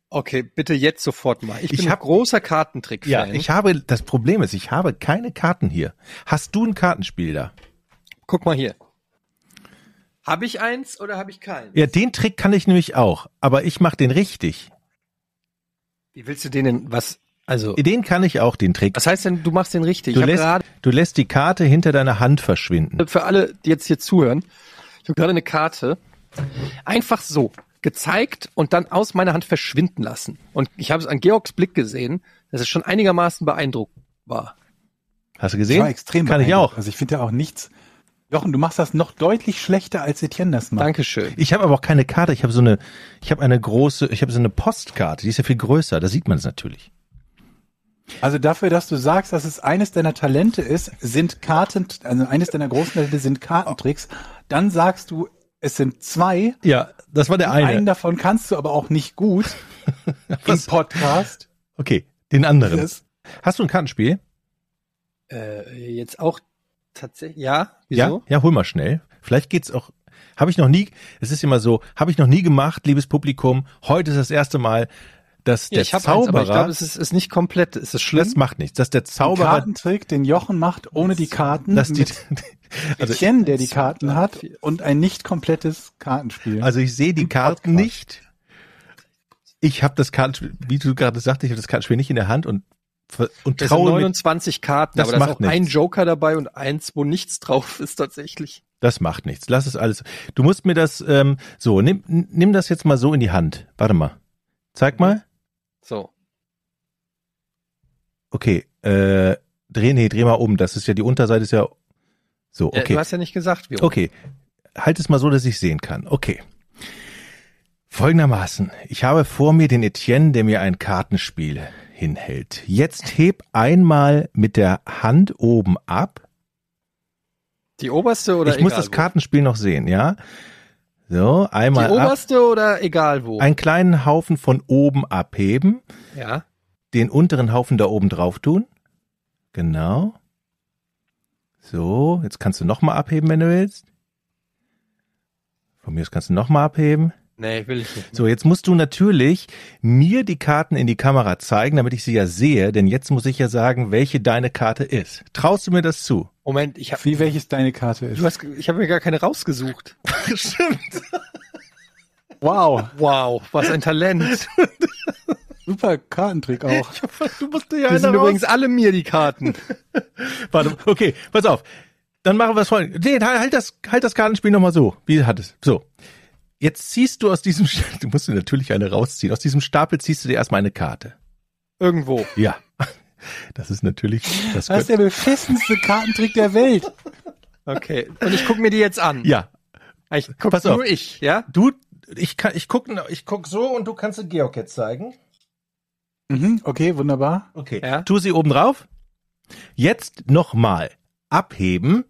Okay, bitte jetzt sofort mal. Ich bin Ich ein hab- großer Kartentrick-Fan. Ja, ich habe, das Problem ist, ich habe keine Karten hier. Hast du ein Kartenspiel da? Guck mal hier. Habe ich eins oder habe ich keins? Ja, den Trick kann ich nämlich auch, aber ich mache den richtig. Wie willst du den denn, was, also, Den kann ich auch, den Trick. was heißt denn, du machst den richtig? Du Ich habe lässt, gerade, du lässt die Karte hinter deiner Hand verschwinden. für alle, die jetzt hier zuhören, ich habe gerade eine Karte einfach so gezeigt und dann aus meiner Hand verschwinden lassen. Und ich habe es an Georgs Blick gesehen, dass es schon einigermaßen beeindruckend war. Hast du Ich gesehen? war extrem Kann ich beeindruckt. auch. Also ich finde ja auch nichts. Jochen, du machst das noch deutlich schlechter, als Etienne das macht. Dankeschön. Ich habe aber auch keine Karte. Ich habe so eine, ich habe eine große, ich habe so eine Postkarte. Die ist ja viel größer. Da sieht man es natürlich. Also dafür, dass du sagst, dass es eines deiner Talente ist, sind Karten, also eines deiner großen Talente sind Kartentricks. Dann sagst du, es sind zwei. Ja, das war der Einen eine. davon kannst du aber auch nicht gut im Podcast. Okay, den anderen. Das, Hast du ein Kartenspiel? Äh, jetzt auch tatsächlich, ja, Ja, wieso? ja, hol mal schnell. Vielleicht geht's auch. Habe ich noch nie. Es ist immer so. Habe ich noch nie gemacht, liebes Publikum. Heute ist das erste Mal, dass Ja, der ich habe eins, aber Zauberer. ich glaube, es ist, ist nicht komplett. Ist das schlimm? das macht nichts. Dass der ein Zauberer, Kartentrick, den Jochen macht, ohne die Karten, dass die, mit also, Etienne, der die Karten hat, und ein nicht komplettes Kartenspiel. also ich sehe die Im Karten Podcast. nicht. Ich habe das Kartenspiel, wie du gerade sagst, ich habe das Kartenspiel nicht in der Hand und ver- und Das sind traue mir. neunundzwanzig Karten, Das aber da ist macht auch ein nichts. Joker dabei und eins, wo nichts drauf ist tatsächlich. Das macht nichts. Lass es alles. Du musst mir das ähm, so nimm nimm das jetzt mal so in die Hand. Warte mal. Zeig mal. So. Okay. Äh, dreh nee, dreh mal um. Das ist ja die Unterseite ist ja so. Ja, Okay. du hast ja nicht gesagt, wie. Okay. Halt es mal so, dass ich sehen kann. Okay. Folgendermaßen. Ich habe vor mir den Etienne, der mir ein Kartenspiel hinhält. Jetzt heb einmal mit der Hand oben ab. Die oberste oder Ich muss egal das wo? Kartenspiel noch sehen, ja? So, Die einmal ab. oberste oder egal wo? Einen kleinen Haufen von oben abheben. Ja. Den unteren Haufen da oben drauf tun. Genau. So, jetzt kannst du nochmal abheben, wenn du willst. Von mir aus kannst du nochmal abheben. Nee, will ich nicht. So, jetzt musst du natürlich mir die Karten in die Kamera zeigen, damit ich sie ja sehe, denn jetzt muss ich ja sagen, welche deine Karte ist. Traust du mir das zu? Moment, ich habe Wie welches deine Karte ist. du hast ich habe mir gar keine rausgesucht. Stimmt. Wow, Wow, was ein Talent. super Kartentrick auch. Du musst dir ja Die sind einer übrigens alle mir die Karten. Warte, okay, pass auf. Dann machen wir es voll. Nee, halt das, halt das Kartenspiel nochmal so, wie hat es. So. Jetzt ziehst du aus diesem, du musst dir natürlich eine rausziehen. Aus diesem Stapel ziehst du dir erstmal eine Karte. Irgendwo. Ja. Das ist natürlich, das Das ist könnte, der beschissenste Kartentrick der Welt. Okay. Und ich gucke mir die jetzt an. ja. Ich guck Pass auf. nur ich, ja? Du, ich kann, ich guck, ich guck so und du kannst den Georg jetzt zeigen. Mhm, okay, wunderbar. Okay. Ja. Tu sie oben drauf. Jetzt nochmal abheben.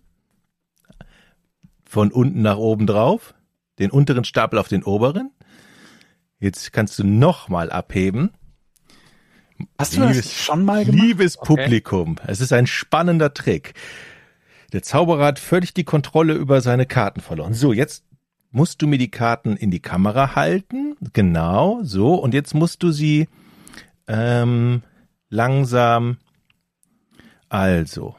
Von unten nach oben drauf. Den unteren Stapel auf den oberen. Jetzt kannst du nochmal abheben. Hast du das Liebes- schon mal gemacht? Liebes Okay. Publikum, es ist ein spannender Trick. Der Zauberer hat völlig die Kontrolle über seine Karten verloren. So, jetzt musst du mir die Karten in die Kamera halten. Genau, so. Und jetzt musst du sie ähm, langsam. Also.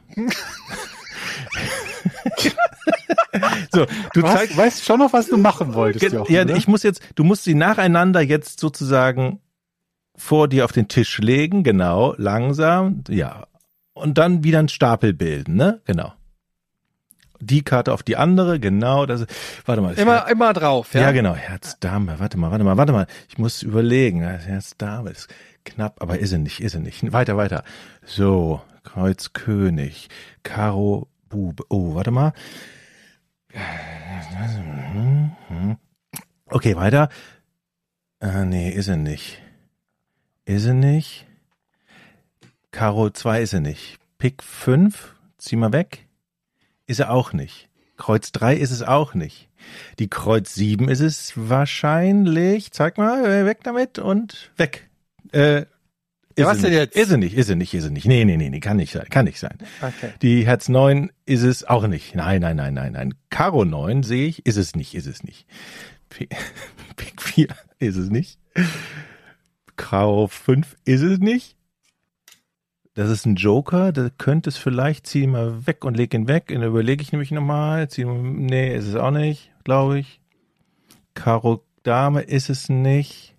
So, du Du hast, zeigst. weißt schon noch, was du machen wolltest, Ge- Jochen, ja, oder? ich muss jetzt, du musst sie nacheinander jetzt sozusagen vor dir auf den Tisch legen, genau, langsam, ja. Und dann wieder einen Stapel bilden, ne? Genau. Die Karte auf die andere, genau, das, warte mal. Immer, immer drauf, ja? Ja, genau, Herz, Dame, warte mal, warte mal, warte mal. Ich muss überlegen, Herz, Dame ist knapp, aber ist sie nicht, ist sie nicht. Weiter, weiter. So, Kreuz, König, Karo, Bube, oh, warte mal. Okay, weiter. Ah, nee, ist er nicht. Ist er nicht. Karo zwei ist er nicht. Pik fünf, zieh mal weg. Ist er auch nicht. Kreuz drei ist es auch nicht. Die Kreuz sieben ist es wahrscheinlich. Zeig mal, äh, weg damit und weg. Äh, Ja, ist was er denn nicht. jetzt? Ist er nicht, ist er nicht, ist er nicht. Nee, nee, nee, nee, kann nicht sein, kann nicht sein. Okay. Die Herz neun ist es auch nicht. Nein, nein, nein, nein, nein. Karo neun sehe ich, ist es nicht, ist es nicht. P- Pik vier ist es nicht. Karo fünf ist es nicht. Das ist ein Joker, da könnte es vielleicht, zieh ihn mal weg und leg ihn weg. Dann überlege ich nämlich nochmal. Nee, ist es auch nicht, glaube ich. Karo Dame ist es nicht.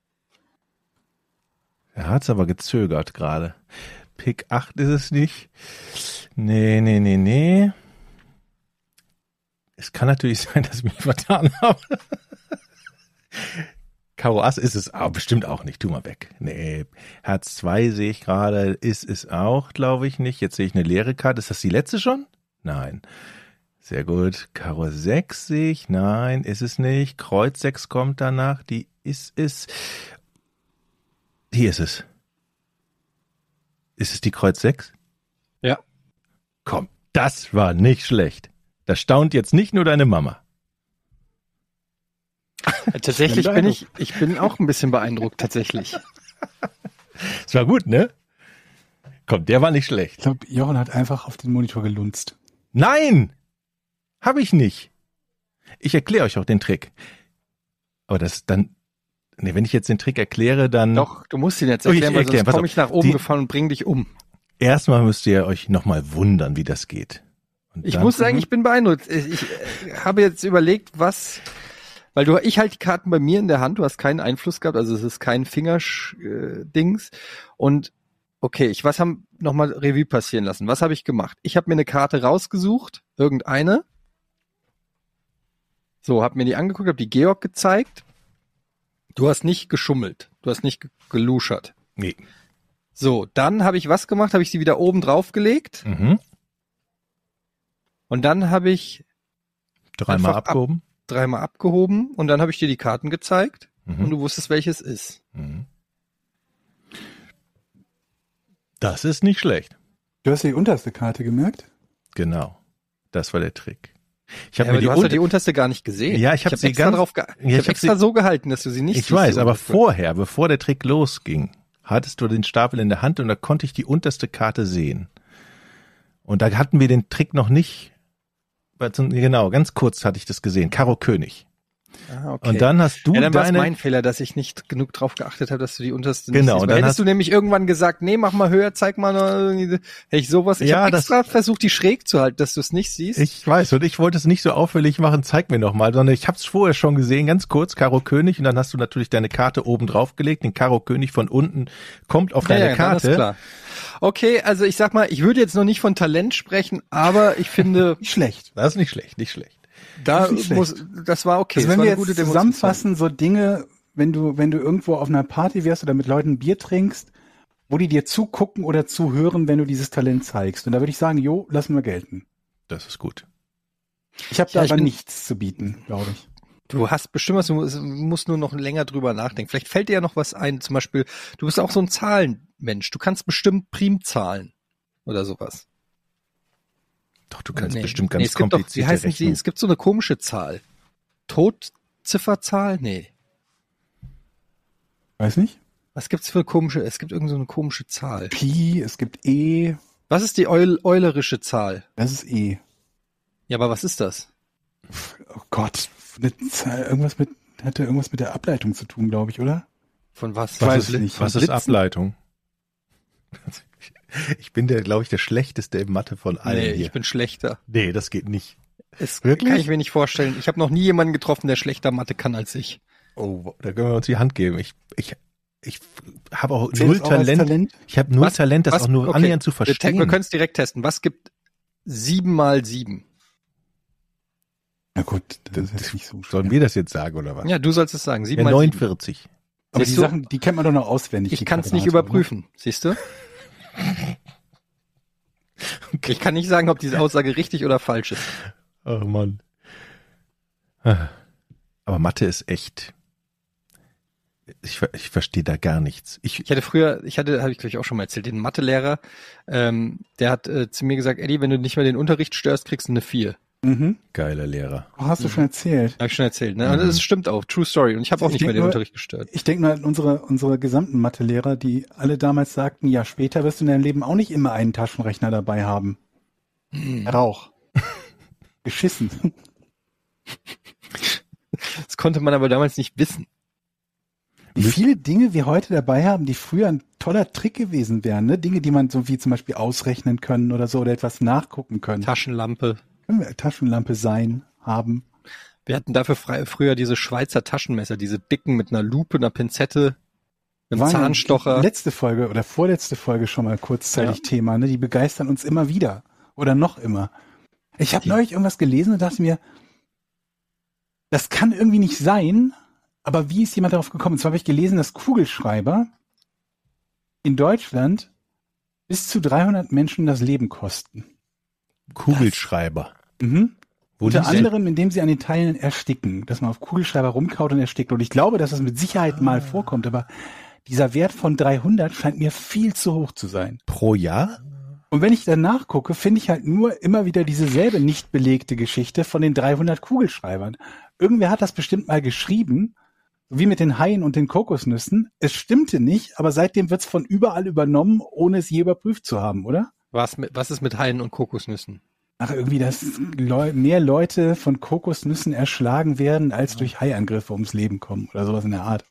Er hat es aber gezögert gerade. Pik acht ist es nicht. Nee, nee, nee, nee. Es kann natürlich sein, dass ich mich vertan habe. Karo Ass ist es aber bestimmt auch nicht. Tu mal weg. Nee. Herz zwei sehe ich gerade. Ist es auch, glaube ich, nicht. Jetzt sehe ich eine leere Karte. Ist das die letzte schon? Nein. Sehr gut. Karo sechs sehe ich. Nein, ist es nicht. Kreuz sechs kommt danach. Die ist es. Hier ist es. Ist es die Kreuz sechs? Ja. Komm, das war nicht schlecht. Das staunt jetzt nicht nur deine Mama. Tatsächlich bin ich, ich bin auch ein bisschen beeindruckt, tatsächlich. Es war gut, ne? Komm, der war nicht schlecht. Ich glaube, Jochen hat einfach auf den Monitor gelunzt. Nein! Hab ich nicht. Ich erkläre euch auch den Trick. Aber das dann, ne, wenn ich jetzt den Trick erkläre, dann... Doch, du musst ihn jetzt erklären, Oh, ich weil sonst pass komme auf. ich nach oben Die- gefahren und bring dich um. Erstmal müsst ihr euch nochmal wundern, wie das geht. Und Ich dann- muss sagen, ich bin beeindruckt. Ich, ich äh, habe jetzt überlegt, was, weil du, ich halte die Karten bei mir in der Hand, du hast keinen Einfluss gehabt, also es ist kein Fingersch-Dings. Und okay, ich, was haben nochmal Revue passieren lassen? Was habe ich gemacht? Ich habe mir eine Karte rausgesucht, irgendeine. So, habe mir die angeguckt, habe die Georg gezeigt. Du hast nicht geschummelt, du hast nicht ge- geluschert. Nee. So, dann habe ich was gemacht, habe ich sie wieder oben drauf gelegt Mhm. und dann habe ich Dreimal Einfach ab- abgehoben. dreimal abgehoben und dann habe ich dir die Karten gezeigt Mhm. und du wusstest, welches ist. Mhm. Das ist nicht schlecht. Du hast die unterste Karte gemerkt? Genau. Das war der Trick. Ich Ja, habe aber mir die du hast ja unter- die unterste gar nicht gesehen. Ja, ich hab sie extra ganz- drauf ge- Ja, ich ich hab hab extra sie- so gehalten, dass du sie nicht Ich siehst. weiß, so aber ungefähr. vorher, bevor der Trick losging, hattest du den Stapel in der Hand und da konnte ich die unterste Karte sehen. Und da hatten wir den Trick noch nicht. weil zum- Genau, ganz kurz hatte ich das gesehen. Karo König. Ah, okay. Und dann hast du ja, dann war es deine... mein Fehler, dass ich nicht genug drauf geachtet habe, dass du die unterste Genau, nicht siehst. dann Weil hättest hast- du nämlich irgendwann gesagt, nee, mach mal höher, zeig mal noch irgendwie, hätte ich sowas. Ich Ja, habe das- extra versucht, die schräg zu halten, dass du es nicht siehst. Ich weiß, und ich wollte es nicht so auffällig machen, zeig mir noch mal, sondern ich habe es vorher schon gesehen, ganz kurz, Karo König, und dann hast du natürlich deine Karte oben drauf gelegt, den Karo König von unten kommt auf ja, deine ja, dann ist Karte. klar. Okay, also ich sag mal, ich würde jetzt noch nicht von Talent sprechen, aber ich finde, Nicht schlecht. Das ist nicht schlecht, nicht schlecht. da Das ist nicht muss, das war okay. Also das wenn war wir eine jetzt gute Demonstration. zusammenfassen, so Dinge, wenn du, wenn du irgendwo auf einer Party wärst oder mit Leuten Bier trinkst, wo die dir zugucken oder zuhören, wenn du dieses Talent zeigst. Und da würde ich sagen, jo, lassen wir gelten. Das ist gut. Ich habe Ja, da ich aber bin- nichts zu bieten, glaube ich. Du hast bestimmt was, du musst- musst nur noch länger drüber nachdenken. Vielleicht fällt dir ja noch was ein, zum Beispiel, du bist auch so ein Zahlenmensch. Du kannst bestimmt Primzahlen oder sowas. Doch, du kannst Nee. bestimmt Nee, ganz es gibt doch, wie komplizierte heißen sie? Rechnungen. Es gibt so eine komische Zahl. Todzifferzahl? Nee. Weiß nicht? Was gibt's für komische, es gibt irgend so eine komische Zahl. Pi, es gibt E, Was ist die Eul eulerische Zahl? das ist E. Ja, aber was ist das? Oh Gott, eine Zahl, irgendwas mit, hatte irgendwas mit der Ableitung zu tun, glaube ich, oder? Von was? weiß Was es ist, nicht. was ist Blitzen? Ableitung? Ich bin der, glaube ich, der schlechteste im Mathe von allen Nee, hier. ich bin schlechter. Nee, das geht nicht. Das Wirklich? kann ich mir nicht vorstellen. Ich habe noch nie jemanden getroffen, der schlechter Mathe kann als ich. Oh, da können wir uns die Hand geben. Ich, ich, ich habe auch Zählt null das auch als Talent. Talent? Ich habe null Was- Talent, das was- auch nur okay, annähernd zu Wir, te- verstehen. wir können es direkt testen. Was gibt sieben mal sieben? Na gut, das ist jetzt nicht so schwer. Sollen wir das jetzt sagen oder was? Ja, du sollst es sagen. Sieben Ja, mal sieben. neunundvierzig. Aber die Siehst du? Sachen, die kennt man doch noch auswendig. Ich die kann es nicht Quadrate, überprüfen. Siehst du? Ich kann nicht sagen, ob diese Aussage richtig oder falsch ist. Oh Mann. Aber Mathe ist echt. Ich, ver- ich verstehe da gar nichts. Ich, Ich hatte früher, ich hatte, habe ich glaube ich auch schon mal erzählt, den Mathelehrer, ähm, der hat äh, zu mir gesagt, Eddie, wenn du nicht mehr den Unterricht störst, kriegst du eine vier. oder? Mhm. geiler Lehrer. Oh, hast du schon erzählt. Habe ich schon erzählt, ne? Und Mhm. das stimmt auch, true story. Und ich habe auch Ich nicht mehr denk den nur- Unterricht gestört. Ich denke mal an unsere, unsere gesamten Mathelehrer, die alle damals sagten, ja, später wirst du in deinem Leben auch nicht immer einen Taschenrechner dabei haben. Hm. Rauch. Geschissen. Das konnte man aber damals nicht wissen. Wie viele Dinge wir heute dabei haben, die früher ein toller Trick gewesen wären, ne? Dinge, die man so wie zum Beispiel ausrechnen können oder so oder etwas nachgucken können. Taschenlampe. Können wir Taschenlampe sein, haben. Wir hatten dafür frei, früher diese Schweizer Taschenmesser, diese dicken mit einer Lupe, einer Pinzette, einem War ja Zahnstocher. Letzte Folge oder vorletzte Folge schon mal kurzzeitig Ja. Thema, ne? Die begeistern uns immer wieder. Oder noch immer. Ich habe Die- neulich irgendwas gelesen und dachte mir, das kann irgendwie nicht sein, aber wie ist jemand darauf gekommen? Und zwar habe ich gelesen, dass Kugelschreiber in Deutschland bis zu dreihundert Menschen das Leben kosten. Kugelschreiber. Mhm. Wo Unter liegt der? anderem, indem sie an den Teilen ersticken, dass man auf Kugelschreiber rumkaut und erstickt. Und ich glaube, dass das mit Sicherheit mal vorkommt, aber dieser Wert von dreihundert scheint mir viel zu hoch zu sein. Pro Jahr? Und wenn ich dann nachgucke, finde ich halt nur immer wieder dieselbe nicht belegte Geschichte von den dreihundert Kugelschreibern. Irgendwer hat das bestimmt mal geschrieben, wie mit den Haien und den Kokosnüssen. Es stimmte nicht, aber seitdem wird's von überall übernommen, ohne es je überprüft zu haben, oder? Was, mit, was ist mit Haien und Kokosnüssen? Ach, irgendwie, dass Leu- mehr Leute von Kokosnüssen erschlagen werden, als durch Haiangriffe ums Leben kommen oder sowas in der Art.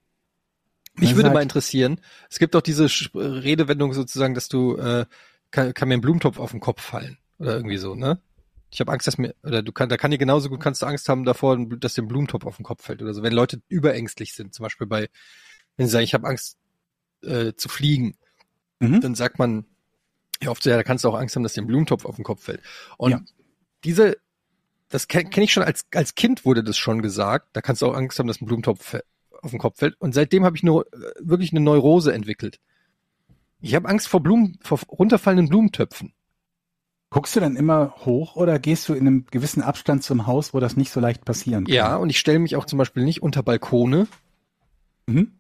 Mich Das würde ist mal halt- interessieren, es gibt auch diese Sch- Redewendung sozusagen, dass du, äh, kann, kann mir ein Blumentopf auf den Kopf fallen oder irgendwie so, ne? Ich habe Angst, dass mir, oder du kann, da kann dir genauso gut, kannst du Angst haben davor, dass dir ein Blumentopf auf den Kopf fällt oder so. Wenn Leute überängstlich sind, zum Beispiel bei, wenn sie sagen, ich habe Angst äh, zu fliegen, Mhm. dann sagt man, ja oft so, ja, da kannst du auch Angst haben, dass dir ein Blumentopf auf den Kopf fällt. Und Ja. diese, das kenne kenn ich schon, als, als Kind wurde das schon gesagt, da kannst du auch Angst haben, dass ein Blumentopf fä- auf den Kopf fällt. Und seitdem habe ich nur äh, wirklich eine Neurose entwickelt. Ich habe Angst vor Blumen, vor runterfallenden Blumentöpfen. Guckst du dann immer hoch oder gehst du in einem gewissen Abstand zum Haus, wo das nicht so leicht passieren kann? Ja, und ich stelle mich auch zum Beispiel nicht unter Balkone. Mhm.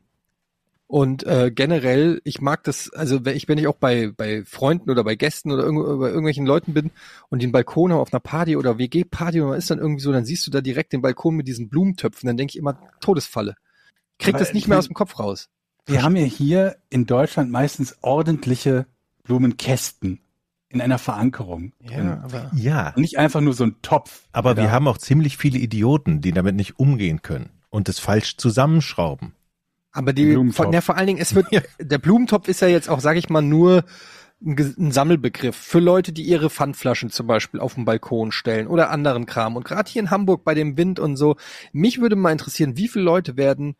Und äh, generell, ich mag das, also wenn ich, wenn ich auch bei bei Freunden oder bei Gästen oder irgendwo, bei irgendwelchen Leuten bin und die einen Balkon haben auf einer Party oder W G-Party und man ist dann irgendwie so, dann siehst du da direkt den Balkon mit diesen Blumentöpfen, dann denke ich immer, Todesfalle. Ich krieg Aber das nicht ich mehr mein- aus dem Kopf raus. Wir haben ja hier in Deutschland meistens ordentliche Blumenkästen in einer Verankerung. drin. aber Ja. Und nicht einfach nur so ein Topf. Aber der wir da- haben auch ziemlich viele Idioten, die damit nicht umgehen können und es falsch zusammenschrauben. Aber die, Blumentopf. von, ja, vor allen Dingen, es wird, der Blumentopf ist ja jetzt auch, sage ich mal, nur ein, Ge- ein Sammelbegriff für Leute, die ihre Pfandflaschen zum Beispiel auf den Balkon stellen oder anderen Kram. Und gerade hier in Hamburg bei dem Wind und so, mich würde mal interessieren, wie viele Leute werden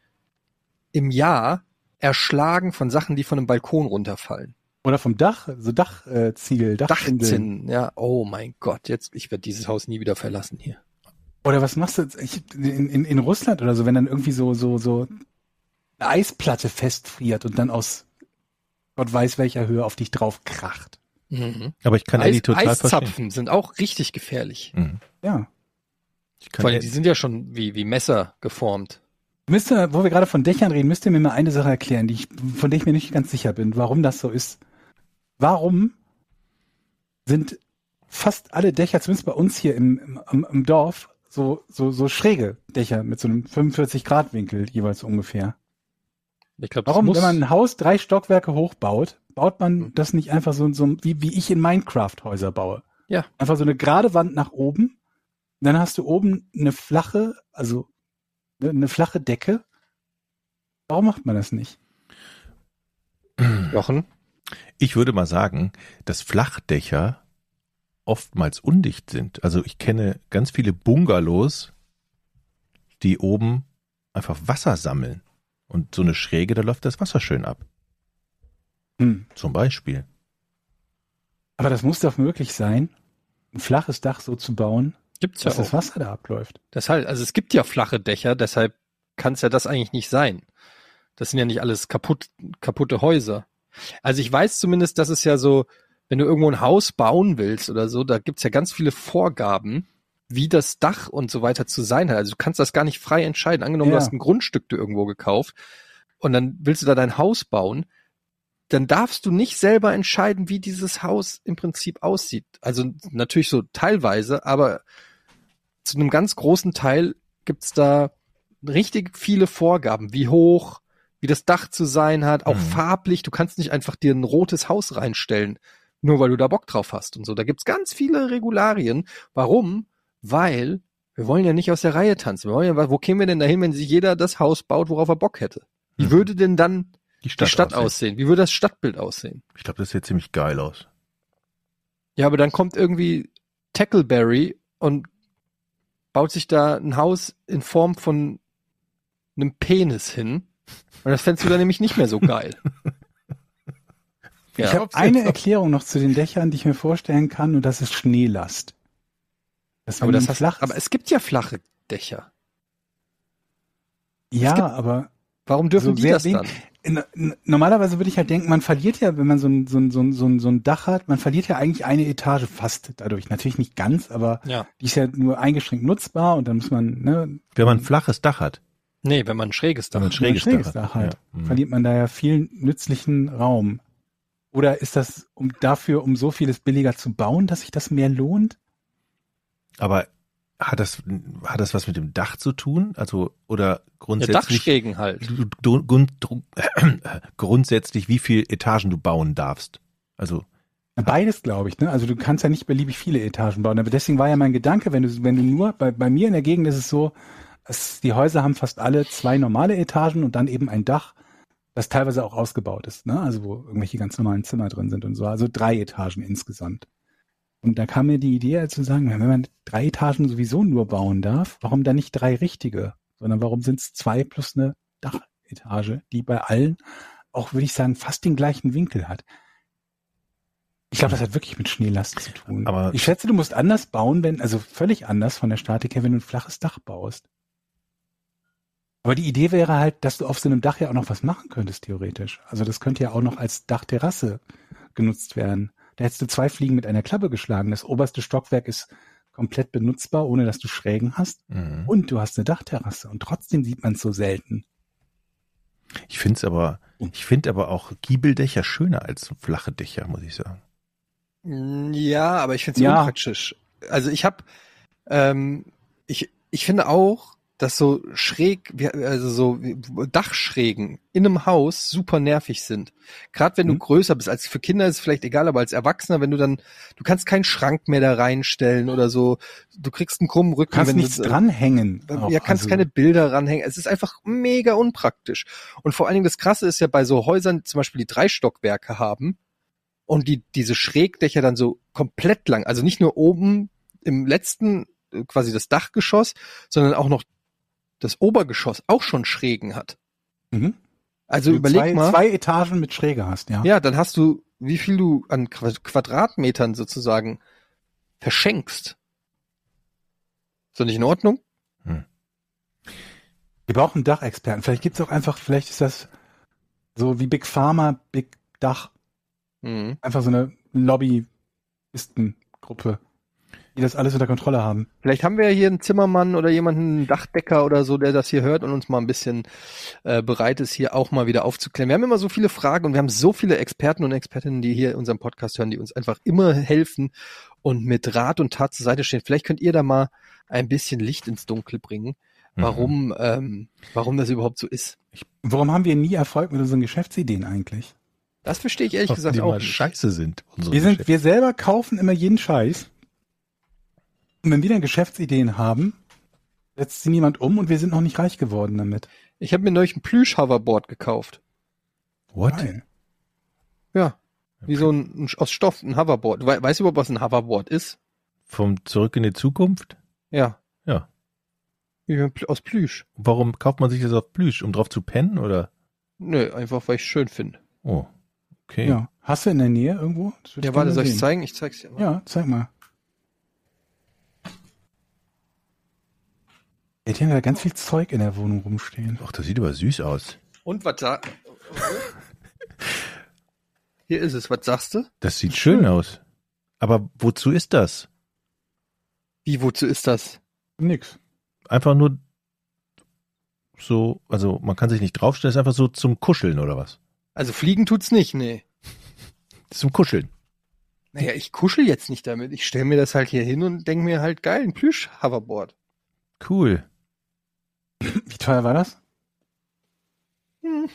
im Jahr erschlagen von Sachen, die von einem Balkon runterfallen. Oder vom Dach, so Dachziegel, äh, Ziegel, Dachzindeln. Dachzinnen, ja, oh mein Gott, jetzt, ich werde dieses Haus nie wieder verlassen hier. Oder was machst du jetzt? Ich, in, in, in Russland oder so, wenn dann irgendwie so, so, so eine Eisplatte festfriert und dann aus Gott weiß welcher Höhe auf dich drauf kracht. Mhm. Aber ich kann Eis, Ellie total verstehen. Eiszapfen sind auch richtig gefährlich. Mhm. Ja. Ich kann Vor allem, Ellie- die sind ja schon wie, wie Messer geformt. Müsst ihr, wo wir gerade von Dächern reden, müsst ihr mir mal eine Sache erklären, die ich, von der ich mir nicht ganz sicher bin, warum das so ist. Warum sind fast alle Dächer, zumindest bei uns hier im, im, im, im Dorf, so, so, so schräge Dächer mit so einem fünfundvierzig Grad Winkel jeweils ungefähr? Ich glaube, Warum, muss, wenn man ein Haus drei Stockwerke hoch baut, baut man Hm. das nicht einfach so, so wie, wie ich in Minecraft Häuser baue? Ja. Einfach so eine gerade Wand nach oben, dann hast du oben eine flache, also eine, eine flache Decke. Warum macht man das nicht? Jochen? Ich würde mal sagen, dass Flachdächer oftmals undicht sind. Also ich kenne ganz viele Bungalows, die oben einfach Wasser sammeln. Und so eine Schräge, da läuft das Wasser schön ab. Hm. Zum Beispiel. Aber das muss doch möglich sein, ein flaches Dach so zu bauen, Gibt's ja dass das auch. Wasser da abläuft. Deshalb, also es gibt ja flache Dächer, deshalb kann es ja das eigentlich nicht sein. Das sind ja nicht alles kaputt, kaputte Häuser. Also ich weiß zumindest, dass es ja so, wenn du irgendwo ein Haus bauen willst oder so, da gibt's ja ganz viele Vorgaben, wie das Dach und so weiter zu sein hat. Also du kannst das gar nicht frei entscheiden. Angenommen, Ja. du hast ein Grundstück du irgendwo gekauft und dann willst du da dein Haus bauen, dann darfst du nicht selber entscheiden, wie dieses Haus im Prinzip aussieht. Also natürlich so teilweise, aber zu einem ganz großen Teil gibt's da richtig viele Vorgaben, wie hoch, wie das Dach zu sein hat, auch Mhm. farblich. Du kannst nicht einfach dir ein rotes Haus reinstellen, nur weil du da Bock drauf hast und so. Da gibt's ganz viele Regularien. Warum? Weil wir wollen ja nicht aus der Reihe tanzen. Wir wollen ja, wo kämen wir denn dahin, wenn sich jeder das Haus baut, worauf er Bock hätte? Wie Mhm. würde denn dann Die Stadt, die Stadt aussehen. aussehen? Wie würde das Stadtbild aussehen? Ich glaube, das sieht ziemlich geil aus. Ja, aber dann kommt irgendwie Tackleberry und baut sich da ein Haus in Form von einem Penis hin. Und das fändest du dann nämlich nicht mehr so geil. Ich Ja. habe eine Erklärung noch zu den Dächern, die ich mir vorstellen kann, und das ist Schneelast. Das Aber, wenn das ein hast, flach aber es gibt ja flache Dächer. ja, gibt- aber Warum dürfen so die sehr das wenig- dann? n- n- normalerweise würde ich halt denken, man verliert ja, wenn man so ein, so ein, so ein, so ein, so ein Dach hat, man verliert ja eigentlich eine Etage fast dadurch. Natürlich nicht ganz, aber Ja. die ist ja nur eingeschränkt nutzbar und dann muss man, ne, Wenn man ein flaches Dach hat. Nee, wenn man ein schräges Dach Wenn man hat. ein wenn man ein schräges schräges Dach Dach hat. halt, Ja. Mhm. verliert man da ja viel nützlichen Raum. Oder ist das um dafür, um so vieles billiger zu bauen, dass sich das mehr lohnt? Aber hat das, hat das was mit dem Dach zu tun? Also, oder Ja, grundsätzlich, Dachschrägen halt. du- du- grund, äh, grundsätzlich, wie viel Etagen du bauen darfst? Also, Beides, glaube ich, ne? Also du kannst ja nicht beliebig viele Etagen bauen. Aber deswegen war ja mein Gedanke, wenn du, wenn du nur, bei, bei mir in der Gegend ist es so, es, die Häuser haben fast alle zwei normale Etagen und dann eben ein Dach, das teilweise auch ausgebaut ist, ne? Also wo irgendwelche ganz normalen Zimmer drin sind und so. Also drei Etagen insgesamt. Und da kam mir die Idee, halt zu sagen, wenn man drei Etagen sowieso nur bauen darf, warum dann nicht drei richtige? Sondern warum sind es zwei plus eine Dachetage, die bei allen auch, würde ich sagen, fast den gleichen Winkel hat. Ich glaube, das hat wirklich mit Schneelast zu tun. Aber- ich schätze, du musst anders bauen, wenn, also völlig anders von der Statik her, wenn du ein flaches Dach baust. Aber die Idee wäre halt, dass du auf so einem Dach ja auch noch was machen könntest, theoretisch. Also das könnte ja auch noch als Dachterrasse genutzt werden. Da hättest du zwei Fliegen mit einer Klappe geschlagen. Das oberste Stockwerk ist komplett benutzbar, ohne dass du Schrägen hast. mhm. Und du hast eine Dachterrasse. Und trotzdem sieht man es so selten. ich finde es aber, ich finde aber auch Giebeldächer schöner als flache Dächer, muss ich sagen. Ja, aber ich finde es Ja. unpraktisch. Also ich habe, ähm, ich, ich finde auch, dass so schräg, wie- also so wie- Dachschrägen in einem Haus super nervig sind. Gerade wenn du Mhm. größer bist. Als für Kinder ist es vielleicht egal, aber als Erwachsener, wenn du dann, du kannst keinen Schrank mehr da reinstellen oder so. Du kriegst einen krummen Rücken. Du kannst wenn nichts du, dranhängen. auch. Ja, kannst Also, keine Bilder ranhängen. Es ist einfach mega unpraktisch. Und vor allen Dingen das Krasse ist ja bei so Häusern, zum Beispiel die drei Stockwerke haben und die diese Schrägdächer dann so komplett lang, also nicht nur oben im letzten äh, quasi das Dachgeschoss, sondern auch noch das Obergeschoss auch schon Schrägen hat. Mhm. Also du überleg zwei, mal, zwei Etagen mit Schräge hast, ja. ja, dann hast du, wie viel du an Qua- Quadratmetern sozusagen verschenkst. Ist das nicht in Ordnung? Wir brauchen Dachexperten. Vielleicht gibt's auch einfach, vielleicht ist das so wie Big Pharma, Big Dach. Mhm. Einfach so eine Lobbyistengruppe, die das alles unter Kontrolle haben. Vielleicht haben wir ja hier einen Zimmermann oder jemanden, einen Dachdecker oder so, der das hier hört und uns mal ein bisschen äh, bereit ist, hier auch mal wieder aufzuklären. Wir haben immer so viele Fragen und wir haben so viele Experten und Expertinnen, die hier unseren Podcast hören, die uns einfach immer helfen und mit Rat und Tat zur Seite stehen. Vielleicht könnt ihr da mal ein bisschen Licht ins Dunkel bringen, warum, mhm. ähm, warum das überhaupt so ist. Warum haben wir nie Erfolg mit unseren Geschäftsideen eigentlich? Das verstehe ich ehrlich Ob gesagt die auch mal nicht. scheiße sind. unsere Wir sind, Geschäfte. wir selber kaufen immer jeden Scheiß. Und wenn wir dann Geschäftsideen haben, setzt sie niemand um und wir sind noch nicht reich geworden damit. Ich habe mir neulich ein Plüsch-Hoverboard gekauft. What? Geil. Ja, wie so ein, ein aus Stoff, ein Hoverboard. We weißt du überhaupt, was ein Hoverboard ist? Vom Zurück in die Zukunft? Ja. Ja. Wie ein Pl- aus Plüsch. Warum kauft man sich das auf Plüsch? Um drauf zu pennen, oder? Nö, einfach weil ich schön finde. Oh, okay. Ja. Hast du in der Nähe irgendwo? Das würde Ja, ich warte, gerne soll ich sehen. zeigen? Ich zeig's dir mal. Ja, zeig mal. Jetzt haben wir ganz viel Zeug in der Wohnung rumstehen. Ach, das sieht aber süß aus. Und was da? Hier ist es. Was sagst du? Das sieht schön aus. Aber wozu ist das? Wie, wozu ist das? Nix. Einfach nur so, also man kann sich nicht draufstellen, ist einfach so zum Kuscheln oder was? Also fliegen tut's nicht, nee. Zum Kuscheln. Naja, ich kuschel jetzt nicht damit. Ich stelle mir das halt hier hin und denke mir halt, geil, ein Plüsch-Hoverboard. Cool. Wie teuer war das? Hm.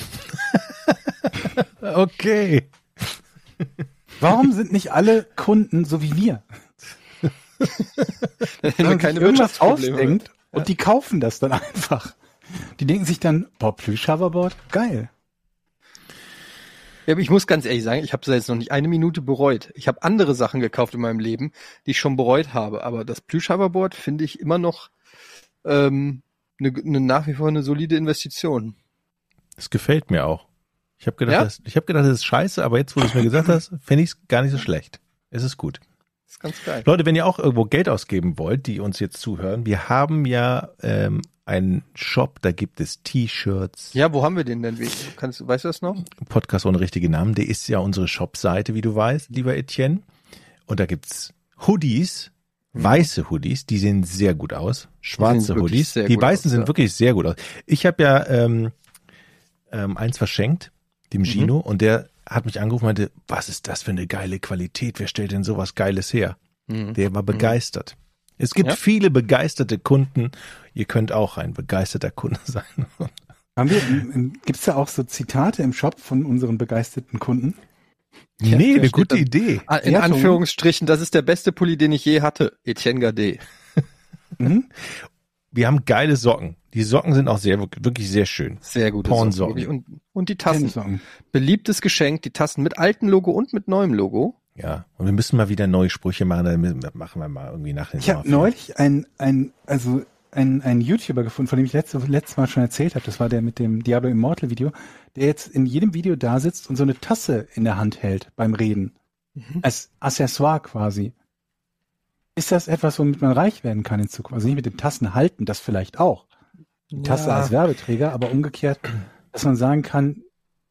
Okay. Warum sind nicht alle Kunden so wie wir? Wenn Wenn man man keine sich irgendwas Wirtschaftsprobleme ausdenkt hat. und die kaufen das dann einfach. Die denken sich dann, boah, Plüsch-Hoverboard, geil. Ja, aber ich muss ganz ehrlich sagen, ich habe es jetzt noch nicht eine Minute bereut. Ich habe andere Sachen gekauft in meinem Leben, die ich schon bereut habe. Aber das Plüsch-Hoverboard finde ich immer noch ähm, eine, eine nach wie vor eine solide Investition. Das gefällt mir auch. Ich habe gedacht, Ja? das, ich habe gedacht, das ist scheiße, aber jetzt, wo du es mir gesagt hast, finde ich es gar nicht so schlecht. Es ist gut. Das ist ganz geil. Leute, wenn ihr auch irgendwo Geld ausgeben wollt, die uns jetzt zuhören, wir haben ja ähm, einen Shop, da gibt es T-Shirts. Ja, wo haben wir den denn? Wie, kannst, weißt du das noch? Podcast ohne richtige Namen, der ist ja unsere Shop-Seite, wie du weißt, lieber Etienne. Und da gibt's Hoodies, weiße Hoodies, die sehen sehr gut aus. Schwarze wirklich Hoodies, sehr die gut weißen aus, sind ja. wirklich sehr gut aus. Ich habe ja ähm, ähm, eins verschenkt, dem Gino, Mhm. und der hat mich angerufen und meinte, was ist das für eine geile Qualität? Wer stellt denn sowas Geiles her? Mhm. Der war begeistert. Es gibt Ja? viele begeisterte Kunden. Ihr könnt auch ein begeisterter Kunde sein. Haben wir, gibt's da auch so Zitate im Shop von unseren begeisterten Kunden? Ja, nee, da eine steht gute dann- Idee. Ah, in Wertung. Anführungsstrichen, das ist der beste Pulli, den ich je hatte. Etienne Gardet. Mhm. Wir haben geile Socken. Die Socken sind auch sehr, wirklich sehr schön. Sehr gute Pornsocken. Socken, wirklich. Und, und die Tassen. Tennissocken. Beliebtes Geschenk, die Tassen mit altem Logo und mit neuem Logo. Ja, und wir müssen mal wieder neue Sprüche machen, dann müssen- machen wir mal irgendwie nach den Ich habe Sommerferien. neulich ein, ein, also ein, ein YouTuber gefunden, von dem ich letzte, letztes Mal schon erzählt habe. Das war der mit dem Diablo Immortal Video, der jetzt in jedem Video da sitzt und so eine Tasse in der Hand hält beim Reden. Mhm. Als Accessoire quasi. Ist das etwas, womit man reich werden kann in Zukunft? Also nicht mit den Tassen halten, das vielleicht auch. Die Tasse Ja. als Werbeträger, aber umgekehrt, dass man sagen kann,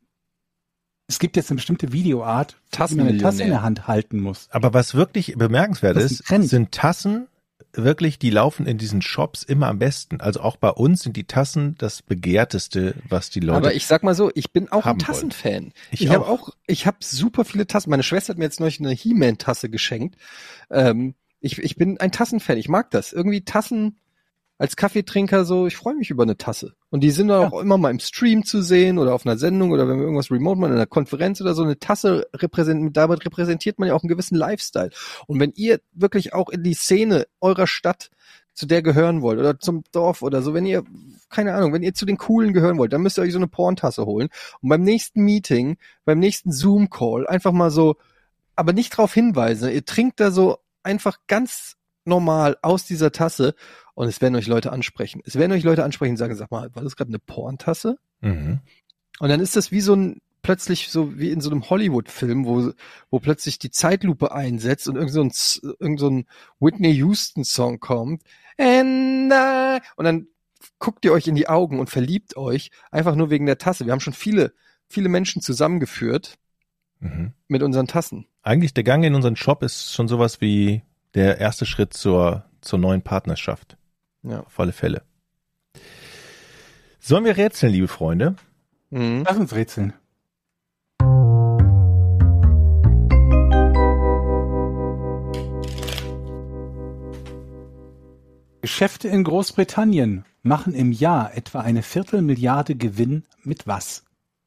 es gibt jetzt eine bestimmte Videoart, wie man eine Tasse in der Hand halten muss. Aber was wirklich bemerkenswert Das ist ist, ein Trend. sind Tassen wirklich, die laufen in diesen Shops immer am besten. Also auch bei uns sind die Tassen das begehrteste, was die Leute Aber ich sag mal so, ich bin auch ein haben Tassenfan. Ich Ich, habe auch. auch, ich habe super viele Tassen. Meine Schwester hat mir jetzt neulich eine He-Man-Tasse geschenkt. Ähm, ich, ich bin ein Tassenfan. Ich mag das. Irgendwie Tassen als Kaffeetrinker so, ich freue mich über eine Tasse. Und die sind auch immer mal im Stream zu sehen oder auf einer Sendung oder wenn wir irgendwas remote machen, in einer Konferenz oder so. Eine Tasse repräsentiert, damit repräsentiert man ja auch einen gewissen Lifestyle. Und wenn ihr wirklich auch in die Szene eurer Stadt zu der gehören wollt oder zum Dorf oder so, wenn ihr, keine Ahnung, wenn ihr zu den Coolen gehören wollt, dann müsst ihr euch so eine Porntasse holen und beim nächsten Meeting, beim nächsten Zoom-Call einfach mal so, aber nicht drauf hinweisen, ihr trinkt da so einfach ganz normal aus dieser Tasse und es werden euch Leute ansprechen. Es werden euch Leute ansprechen und sagen, sag mal, war das gerade eine Porntasse? Mhm. Und dann ist das wie so ein, plötzlich so wie in so einem Hollywood-Film, wo, wo plötzlich die Zeitlupe einsetzt und irgend so ein, irgend so ein Whitney Houston-Song kommt. And I, und dann guckt ihr euch in die Augen und verliebt euch, einfach nur wegen der Tasse. Wir haben schon viele, viele Menschen zusammengeführt Mhm. mit unseren Tassen. Eigentlich der Gang in unseren Shop ist schon sowas wie der erste Schritt zur, zur neuen Partnerschaft. Ja. Auf alle Fälle. Sollen wir rätseln, liebe Freunde? Mhm. Lass uns rätseln. Geschäfte in Großbritannien machen im Jahr etwa eine Viertelmilliarde Gewinn mit was?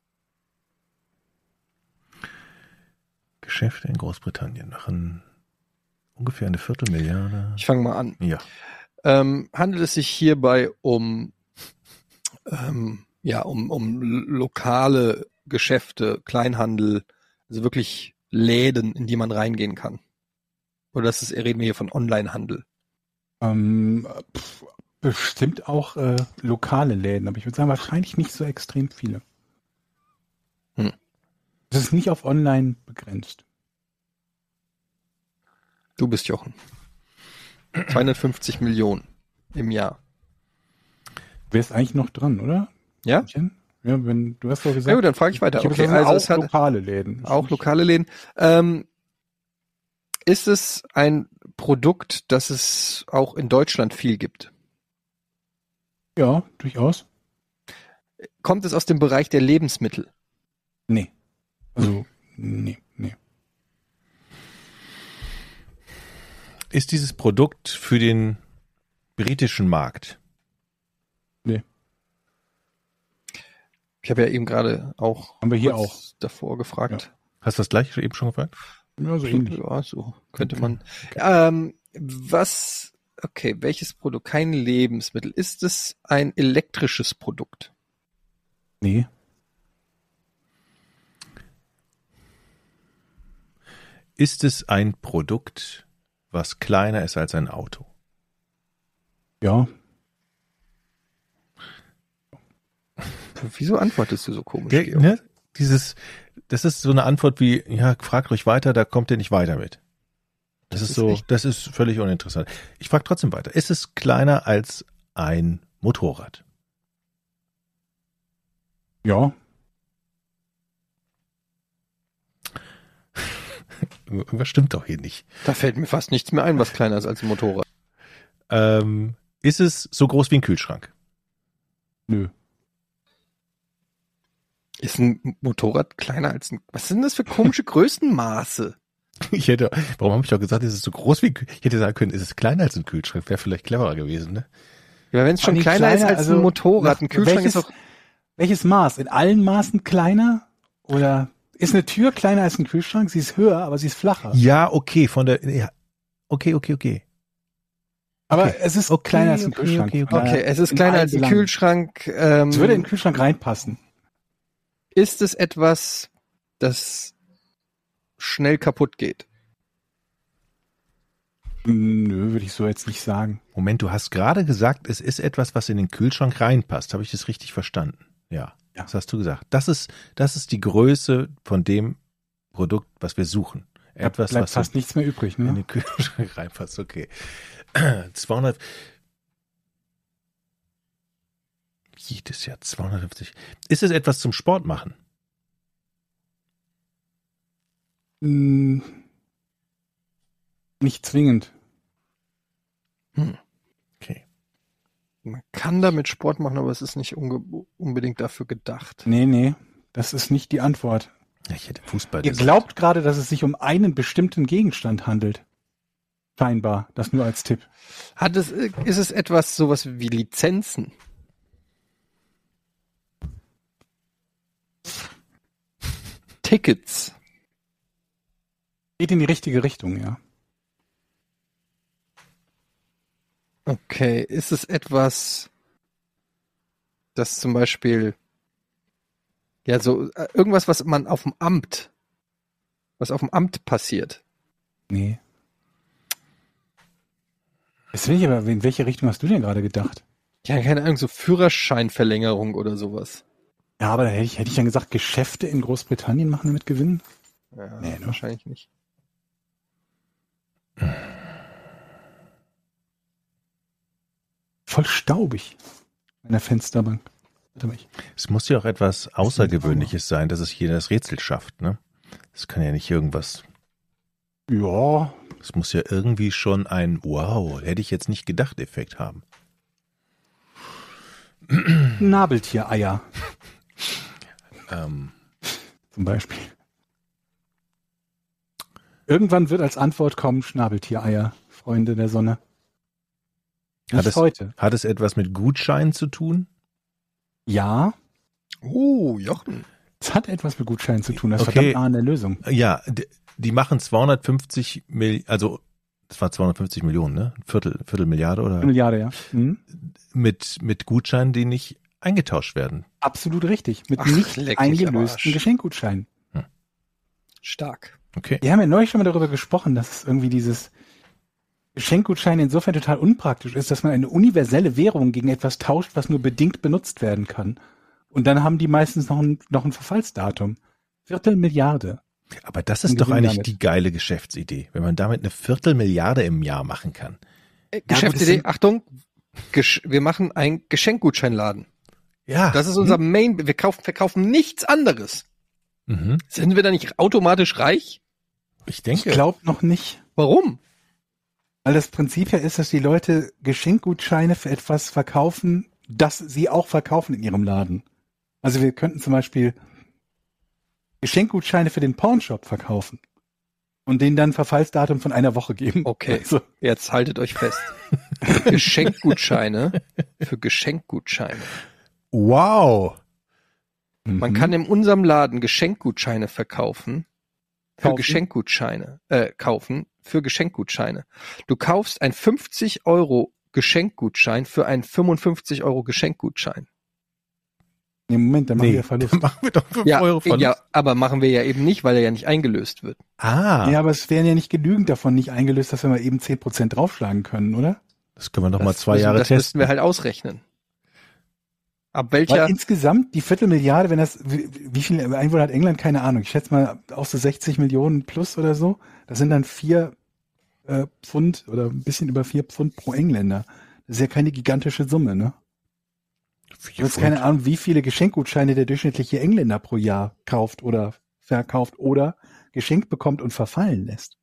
Geschäfte in Großbritannien machen ungefähr eine Viertelmilliarde. Ich fange mal an. Ja. Ähm, handelt es sich hierbei um, ähm, ja, um, um l- lokale Geschäfte, Kleinhandel, also wirklich Läden, in die man reingehen kann? Oder das ist, reden wir hier von Onlinehandel? Ähm, pf, bestimmt auch äh, lokale Läden, aber ich würde sagen, wahrscheinlich nicht so extrem viele. Hm. Es ist nicht auf online begrenzt. Du bist Jochen. zweihundertfünfzig Millionen im Jahr. Du wärst eigentlich noch dran, oder? Ja? Ja, wenn du hast doch gesagt. Ja gut, dann frage ich weiter. Ich habe Okay, gesagt, also auch es hat lokale Läden. auch lokale Läden. Ähm, ist es ein Produkt, das es auch in Deutschland viel gibt? Ja, durchaus. Kommt es aus dem Bereich der Lebensmittel? Nee. Also, nee, nee. Ist dieses Produkt für den britischen Markt? Ich habe ja eben gerade auch Haben wir hier kurz auch. davor gefragt. Hast du das gleich eben schon gefragt? Ja, so ähnlich. Ja, so könnte man. Ähm, was okay, welches Produkt? Kein Lebensmittel. Ist es ein elektrisches Produkt? Nee. Ist es ein Produkt, was kleiner ist als ein Auto? Ja. Wieso antwortest du so komisch? Der, Georg? ne? Dieses, das ist so eine Antwort wie, ja, fragt ruhig weiter, da kommt ihr nicht weiter mit. Das, Das ist ist so, echt- das ist völlig uninteressant. Ich frage trotzdem weiter. Ist es kleiner als ein Motorrad? Ja. Irgendwas stimmt doch hier nicht. Da fällt mir fast nichts mehr ein, was kleiner ist als ein Motorrad. Ähm, ist es so groß wie ein Kühlschrank? Nö. Ist ein Motorrad kleiner als ein... Was sind das für komische Größenmaße? Ich hätte, warum habe ich doch gesagt, ist es so groß wie ein Kühl- Ich hätte sagen können, ist es kleiner als ein Kühlschrank? Wäre vielleicht cleverer gewesen, ne? Ja, wenn es schon Aber kleiner, kleiner, ist als also ein Motorrad. nach- Ein Kühlschrank welches, ist auch... Welches Maß? In allen Maßen kleiner? Oder ist eine Tür kleiner als ein Kühlschrank? Sie ist höher, aber sie ist flacher. Ja, okay, von der, ja, okay, okay, okay. Aber okay. es ist Okay, kleiner als ein okay, Kühlschrank. okay, okay. Daher Okay, es ist in kleiner allen als ein Belangen. Kühlschrank. Ähm, Es würde in den Kühlschrank reinpassen. ist es etwas, das schnell kaputt geht? Nö, würde ich so jetzt nicht sagen. Moment, du hast gerade gesagt, es ist etwas, was in den Kühlschrank reinpasst. Habe ich das richtig verstanden? Ja, Ja. das hast du gesagt. Das ist, das ist die Größe von dem Produkt, was wir suchen. Da Etwas, bleibt was fast nichts mehr übrig. in Ne? den Kühlschrank reinpasst. Okay. zweihundert. Jedes Jahr zweihundertfünfzig. Ist es etwas zum Sport machen? Hm, nicht zwingend. Okay. Man kann damit Sport machen, aber es ist nicht unge- unbedingt dafür gedacht. Nee, nee, das ist nicht die Antwort. Ja, ich hätte Fußball Ihr gesagt. glaubt gerade, dass es sich um einen bestimmten Gegenstand handelt. Scheinbar, das nur als Tipp. Hat es, ist es etwas sowas wie Lizenzen? Tickets? Geht in die richtige Richtung, ja. Okay, ist es etwas, das zum Beispiel, ja, so äh, irgendwas, was man auf dem Amt, was auf dem Amt passiert? Nee. Jetzt will ich aber, in welche Richtung hast du denn gerade gedacht? Ja, keine Ahnung, so Führerscheinverlängerung oder sowas. Ja, aber da hätte ich, hätte ich dann gesagt, Geschäfte in Großbritannien machen damit Gewinn? Ja, Nee, ne? wahrscheinlich nicht. Voll staubig. An der Fensterbank. Warte mal, ich- Es muss ja auch etwas Außergewöhnliches sein, dass es hier das Rätsel schafft, ne? Es kann ja nicht irgendwas. Ja, Es muss ja irgendwie schon ein Wow, hätte ich jetzt nicht gedacht Effekt haben. Nabeltiereier Ähm, zum Beispiel. Irgendwann wird als Antwort kommen Schnabeltiereier, Freunde der Sonne. Hat Nicht es- heute. hat es etwas mit Gutscheinen zu tun? Ja, Oh, Jochen. es hat etwas mit Gutscheinen zu tun. Das ist Okay. verdammt nah an der Lösung. Ja, d- die machen zweihundertfünfzig Millionen, also das war zweihundertfünfzig Millionen, ne? Viertel, Viertelmilliarde oder? Eine Milliarde, ja. Mhm. Mit, mit Gutscheinen, die nicht eingetauscht werden. Absolut richtig. Mit Ach, nicht leck mich am eingelösten Arsch. Geschenkgutscheinen. Stark. Okay. Wir haben ja neulich schon mal darüber gesprochen, dass es irgendwie dieses Geschenkgutschein insofern total unpraktisch ist, dass man eine universelle Währung gegen etwas tauscht, was nur bedingt benutzt werden kann. Und dann haben die meistens noch ein, noch ein Verfallsdatum. Viertelmilliarde. Aber das ist Und doch gewinnen eigentlich damit. die geile Geschäftsidee, wenn man damit eine Viertelmilliarde im Jahr machen kann. Äh, gut, das Geschäftsidee, sind- Achtung, Gesch wir machen einen Geschenkgutscheinladen. Ja. Das ist unser Main, wir kaufen, verkaufen nichts anderes. mhm. Sind wir da nicht automatisch reich? Ich Ich denke. glaube noch nicht. Warum? Weil das Prinzip ja ist, dass die Leute Geschenkgutscheine für etwas verkaufen, das sie auch verkaufen in ihrem Laden. Also wir könnten zum Beispiel Geschenkgutscheine für den Pornshop verkaufen und denen dann Verfallsdatum von einer Woche geben. Okay. Also, Jetzt haltet euch fest. Geschenkgutscheine für Geschenkgutscheine. Wow. Man mhm. kann in unserem Laden Geschenkgutscheine verkaufen für Kaufen? Geschenkgutscheine, äh, kaufen für Geschenkgutscheine. Du kaufst ein fünfzig Euro Geschenkgutschein für einen fünfundfünfzig Euro Geschenkgutschein. Nee, Moment, dann machen Nee, wir Verlust. dann machen wir doch fünf Ja, Euro Verlust. ja, aber machen wir ja eben nicht, weil er ja nicht eingelöst wird. Ah, Ja, aber es wären ja nicht genügend davon nicht eingelöst, dass wir mal eben zehn Prozent draufschlagen können, oder? das können wir noch mal Das zwei müssen, Jahre das müssten testen. wir halt ausrechnen. Ab Weil welcher, insgesamt die Viertelmilliarde, wenn das, wie, wie viele Einwohner hat England? Keine Ahnung. Ich schätze mal auch so sechzig Millionen plus oder so. Das sind dann vier äh, Pfund oder ein bisschen über vier Pfund pro Engländer. Das ist ja keine gigantische Summe, ne? Ich habe jetzt keine Ahnung, wie viele Geschenkgutscheine der durchschnittliche Engländer pro Jahr kauft oder verkauft oder geschenkt bekommt und verfallen lässt.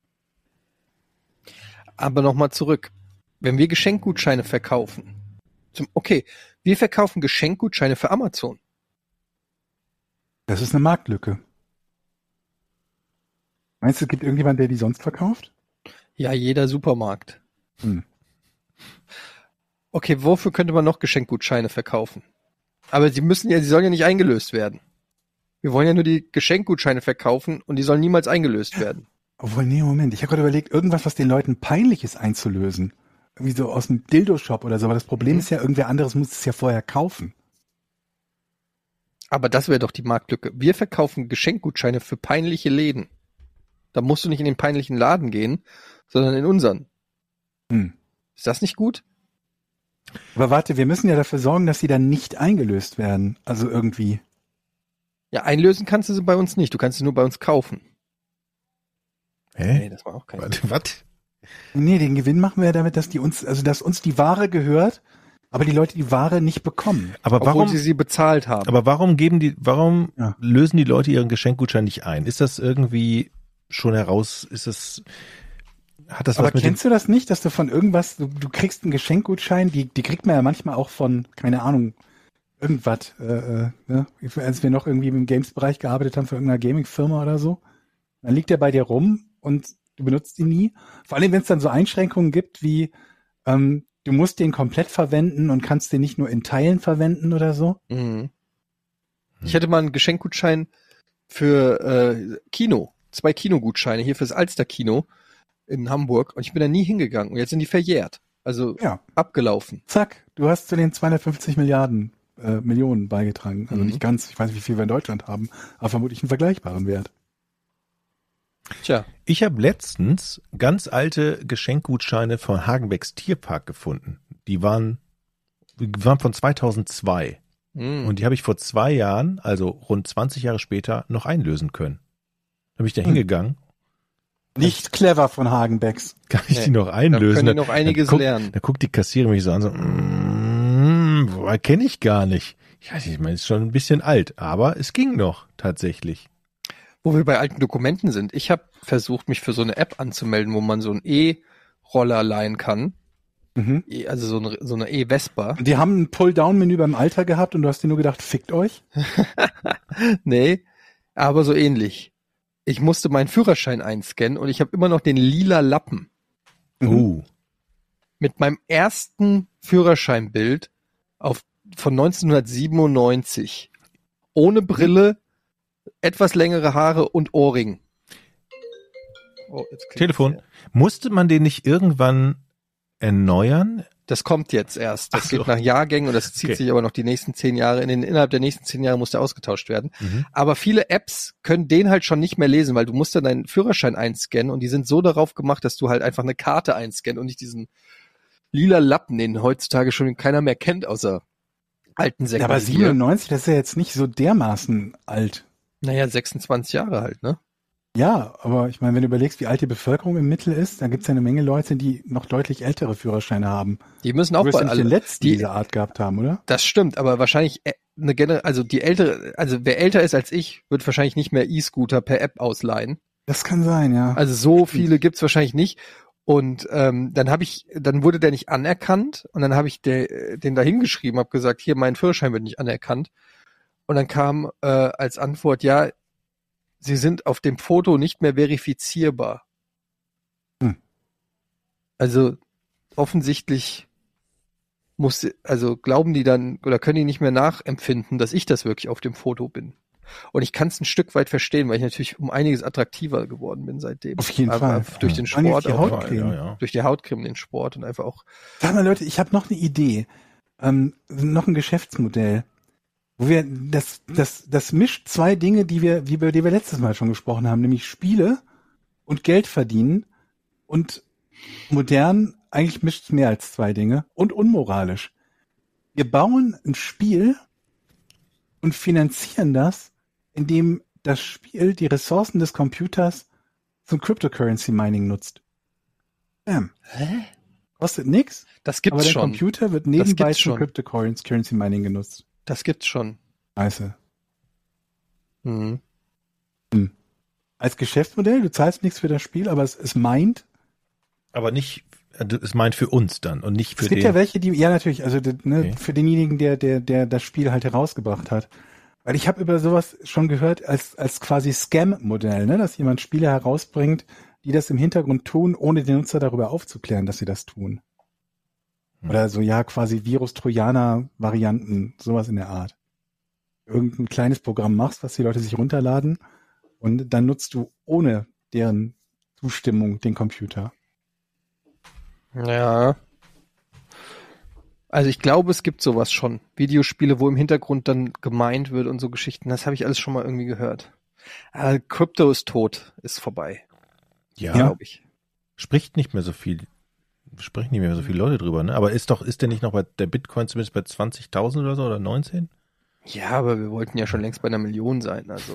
aber nochmal zurück. Wenn wir Geschenkgutscheine verkaufen, zum, okay, wir verkaufen Geschenkgutscheine für Amazon. Das ist eine Marktlücke. Meinst du, es gibt irgendjemand, der die sonst verkauft? Ja, jeder Supermarkt. Hm. Okay, wofür könnte man noch Geschenkgutscheine verkaufen? Aber sie müssen ja, sie sollen ja nicht eingelöst werden. Wir wollen ja nur die Geschenkgutscheine verkaufen und die sollen niemals eingelöst werden. Obwohl, nee, Moment. Ich habe gerade überlegt, irgendwas, was den Leuten peinlich ist, einzulösen. Irgendwie so aus dem Dildo-Shop oder so. Aber das Problem Mhm. ist ja, irgendwer anderes muss es ja vorher kaufen. Aber das wäre doch die Marktlücke. Wir verkaufen Geschenkgutscheine für peinliche Läden. Da musst du nicht in den peinlichen Laden gehen, sondern in unseren. Hm. Ist das nicht gut? Aber warte, wir müssen ja dafür sorgen, dass sie dann nicht eingelöst werden. Also irgendwie. Ja, einlösen kannst du sie bei uns nicht. Du kannst sie nur bei uns kaufen. Hä? das war auch kein Warte, was? Nee, den Gewinn machen wir ja damit, dass die uns, also dass uns die Ware gehört, aber die Leute die Ware nicht bekommen. Aber Obwohl warum, sie sie bezahlt haben. aber warum geben die, warum Ja. lösen die Leute ihren Geschenkgutschein nicht ein? Ist das irgendwie schon heraus, ist das, hat das Aber was mit dem, kennst du das nicht, dass du von irgendwas, du, du kriegst einen Geschenkgutschein, die, die kriegt man ja manchmal auch von, keine Ahnung, irgendwas, äh, äh, ne? Als wir noch irgendwie im Games-Bereich gearbeitet haben für irgendeine Gaming-Firma oder so, dann liegt der bei dir rum und du benutzt ihn nie. Vor allem, wenn es dann so Einschränkungen gibt wie, ähm, du musst den komplett verwenden und kannst den nicht nur in Teilen verwenden oder so. Mhm. Ich hätte mal einen Geschenkgutschein für äh, Kino. Zwei Kinogutscheine hier fürs Alster-Kino in Hamburg. Und ich bin da nie hingegangen. Und jetzt sind die verjährt. Also Ja, abgelaufen. zack, du hast zu den zweihundertfünfzig Milliarden äh, Millionen beigetragen. Also Mhm. nicht ganz, ich weiß nicht, wie viel wir in Deutschland haben, aber vermutlich einen vergleichbaren Wert. Tja. ich habe letztens ganz alte Geschenkgutscheine von Hagenbecks Tierpark gefunden. Die waren, die waren von zweitausendzwei. Mhm. Und die habe ich vor zwei Jahren, also rund zwanzig Jahre später, noch einlösen können. Da bin ich da Hm. hingegangen, Nicht clever von Hagenbecks. kann ich Nee, die noch da einlösen? können die noch einiges guckt, lernen. Da guckt die Kassiererin mich so an, so, mm, woher kenne ich gar nicht. Ich weiß nicht, ich meine, ist schon ein bisschen alt, aber es ging noch tatsächlich. Wo wir bei alten Dokumenten sind. Ich habe versucht, mich für so eine App anzumelden, wo man so einen E-Roller leihen kann. Mhm. E- Also so eine, so eine E-Vespa. Und die haben ein Pull-Down-Menü beim Alter gehabt und du hast dir nur gedacht, fickt euch? Nee, aber so ähnlich. Ich musste meinen Führerschein einscannen und ich habe immer noch den lila Lappen Mhm. Uh, mit meinem ersten Führerscheinbild auf, von neunzehnhundertsiebenundneunzig. Ohne Brille, etwas längere Haare und Ohrring. Oh, jetzt klingt's Telefon. hier. Musste man den nicht irgendwann erneuern? Das kommt jetzt erst. Das Ach so. geht nach Jahrgängen und das zieht Okay. sich aber noch die nächsten zehn Jahre. In den, innerhalb der nächsten zehn Jahre muss der ausgetauscht werden. Mhm. Aber viele Apps können den halt schon nicht mehr lesen, weil du musst dann deinen Führerschein einscannen und die sind so darauf gemacht, dass du halt einfach eine Karte einscannen und nicht diesen lila Lappen, den heutzutage schon keiner mehr kennt, außer alten Ja, Säcken. aber wie wir. siebenundneunzig, das ist ja jetzt nicht so dermaßen alt. Naja, sechsundzwanzig Jahre halt, ne? Ja, aber ich meine, wenn du überlegst, wie alt die Bevölkerung im Mittel ist, dann gibt es ja eine Menge Leute, die noch deutlich ältere Führerscheine haben. Die müssen Du auch wirst ja bei nicht den alle. letzten die- dieser Art gehabt haben, oder? Das stimmt, aber wahrscheinlich äh, eine Gener also die ältere, also wer älter ist als ich, wird wahrscheinlich nicht mehr E-Scooter per App ausleihen. Das kann sein, ja. Also so viele gibt's wahrscheinlich nicht. Und ähm, dann habe ich, dann wurde der nicht anerkannt und dann habe ich der, den da hingeschrieben, habe gesagt, hier mein Führerschein wird nicht anerkannt. Und dann kam äh, als Antwort, ja, Sie sind auf dem Foto nicht mehr verifizierbar. Hm. Also offensichtlich muss, also glauben die dann oder können die nicht mehr nachempfinden, dass ich das wirklich auf dem Foto bin. Und ich kann es ein Stück weit verstehen, weil ich natürlich um einiges attraktiver geworden bin seitdem. Auf jeden Aber Fall. Durch den Vor allem Sport. die auch, Hautcreme. Ja, ja. Durch die Hautcreme, den Sport und einfach auch. Sag mal Leute, ich habe noch eine Idee. Ähm, noch ein Geschäftsmodell. Wo wir, das, das, das mischt zwei Dinge, die wir, wie über die wir letztes Mal schon gesprochen haben, nämlich Spiele und Geld verdienen und modern, eigentlich mischt es mehr als zwei Dinge und unmoralisch. Wir bauen ein Spiel und finanzieren das, indem das Spiel die Ressourcen des Computers zum Cryptocurrency Mining nutzt. Bam. Hä? Kostet nix, Das gibt's aber der schon. Computer wird nebenbei gibt's zum schon. Cryptocurrency Mining genutzt. Das gibt's schon. Scheiße. Mhm. Als Geschäftsmodell, du zahlst nichts für das Spiel, aber es, es meint, Aber nicht, es meint für uns dann und nicht für es gibt den. ja welche, die, ja natürlich, also ne, Okay. für denjenigen, der, der, der das Spiel halt herausgebracht hat. Weil ich habe über sowas schon gehört als, als quasi Scam-Modell, ne, dass jemand Spiele herausbringt, die das im Hintergrund tun, ohne den Nutzer darüber aufzuklären, dass sie das tun. Hm. Oder so, ja, quasi Virus-Trojaner-Varianten, sowas in der Art. Irgendein kleines Programm machst, was die Leute sich runterladen und dann nutzt du ohne deren Zustimmung den Computer. Ja. Also ich glaube, es gibt sowas schon. Videospiele, wo im Hintergrund dann gemeint wird und so Geschichten. Das habe ich alles schon mal irgendwie gehört. Aber Crypto ist tot, ist vorbei, Ja, glaube ich. spricht nicht mehr so viel, sprechen nicht mehr so viele Leute drüber, ne? Aber ist doch, ist der nicht noch bei der Bitcoin zumindest bei zwanzigtausend oder so oder neunzehn? Ja, aber wir wollten ja schon längst bei einer Million sein, also.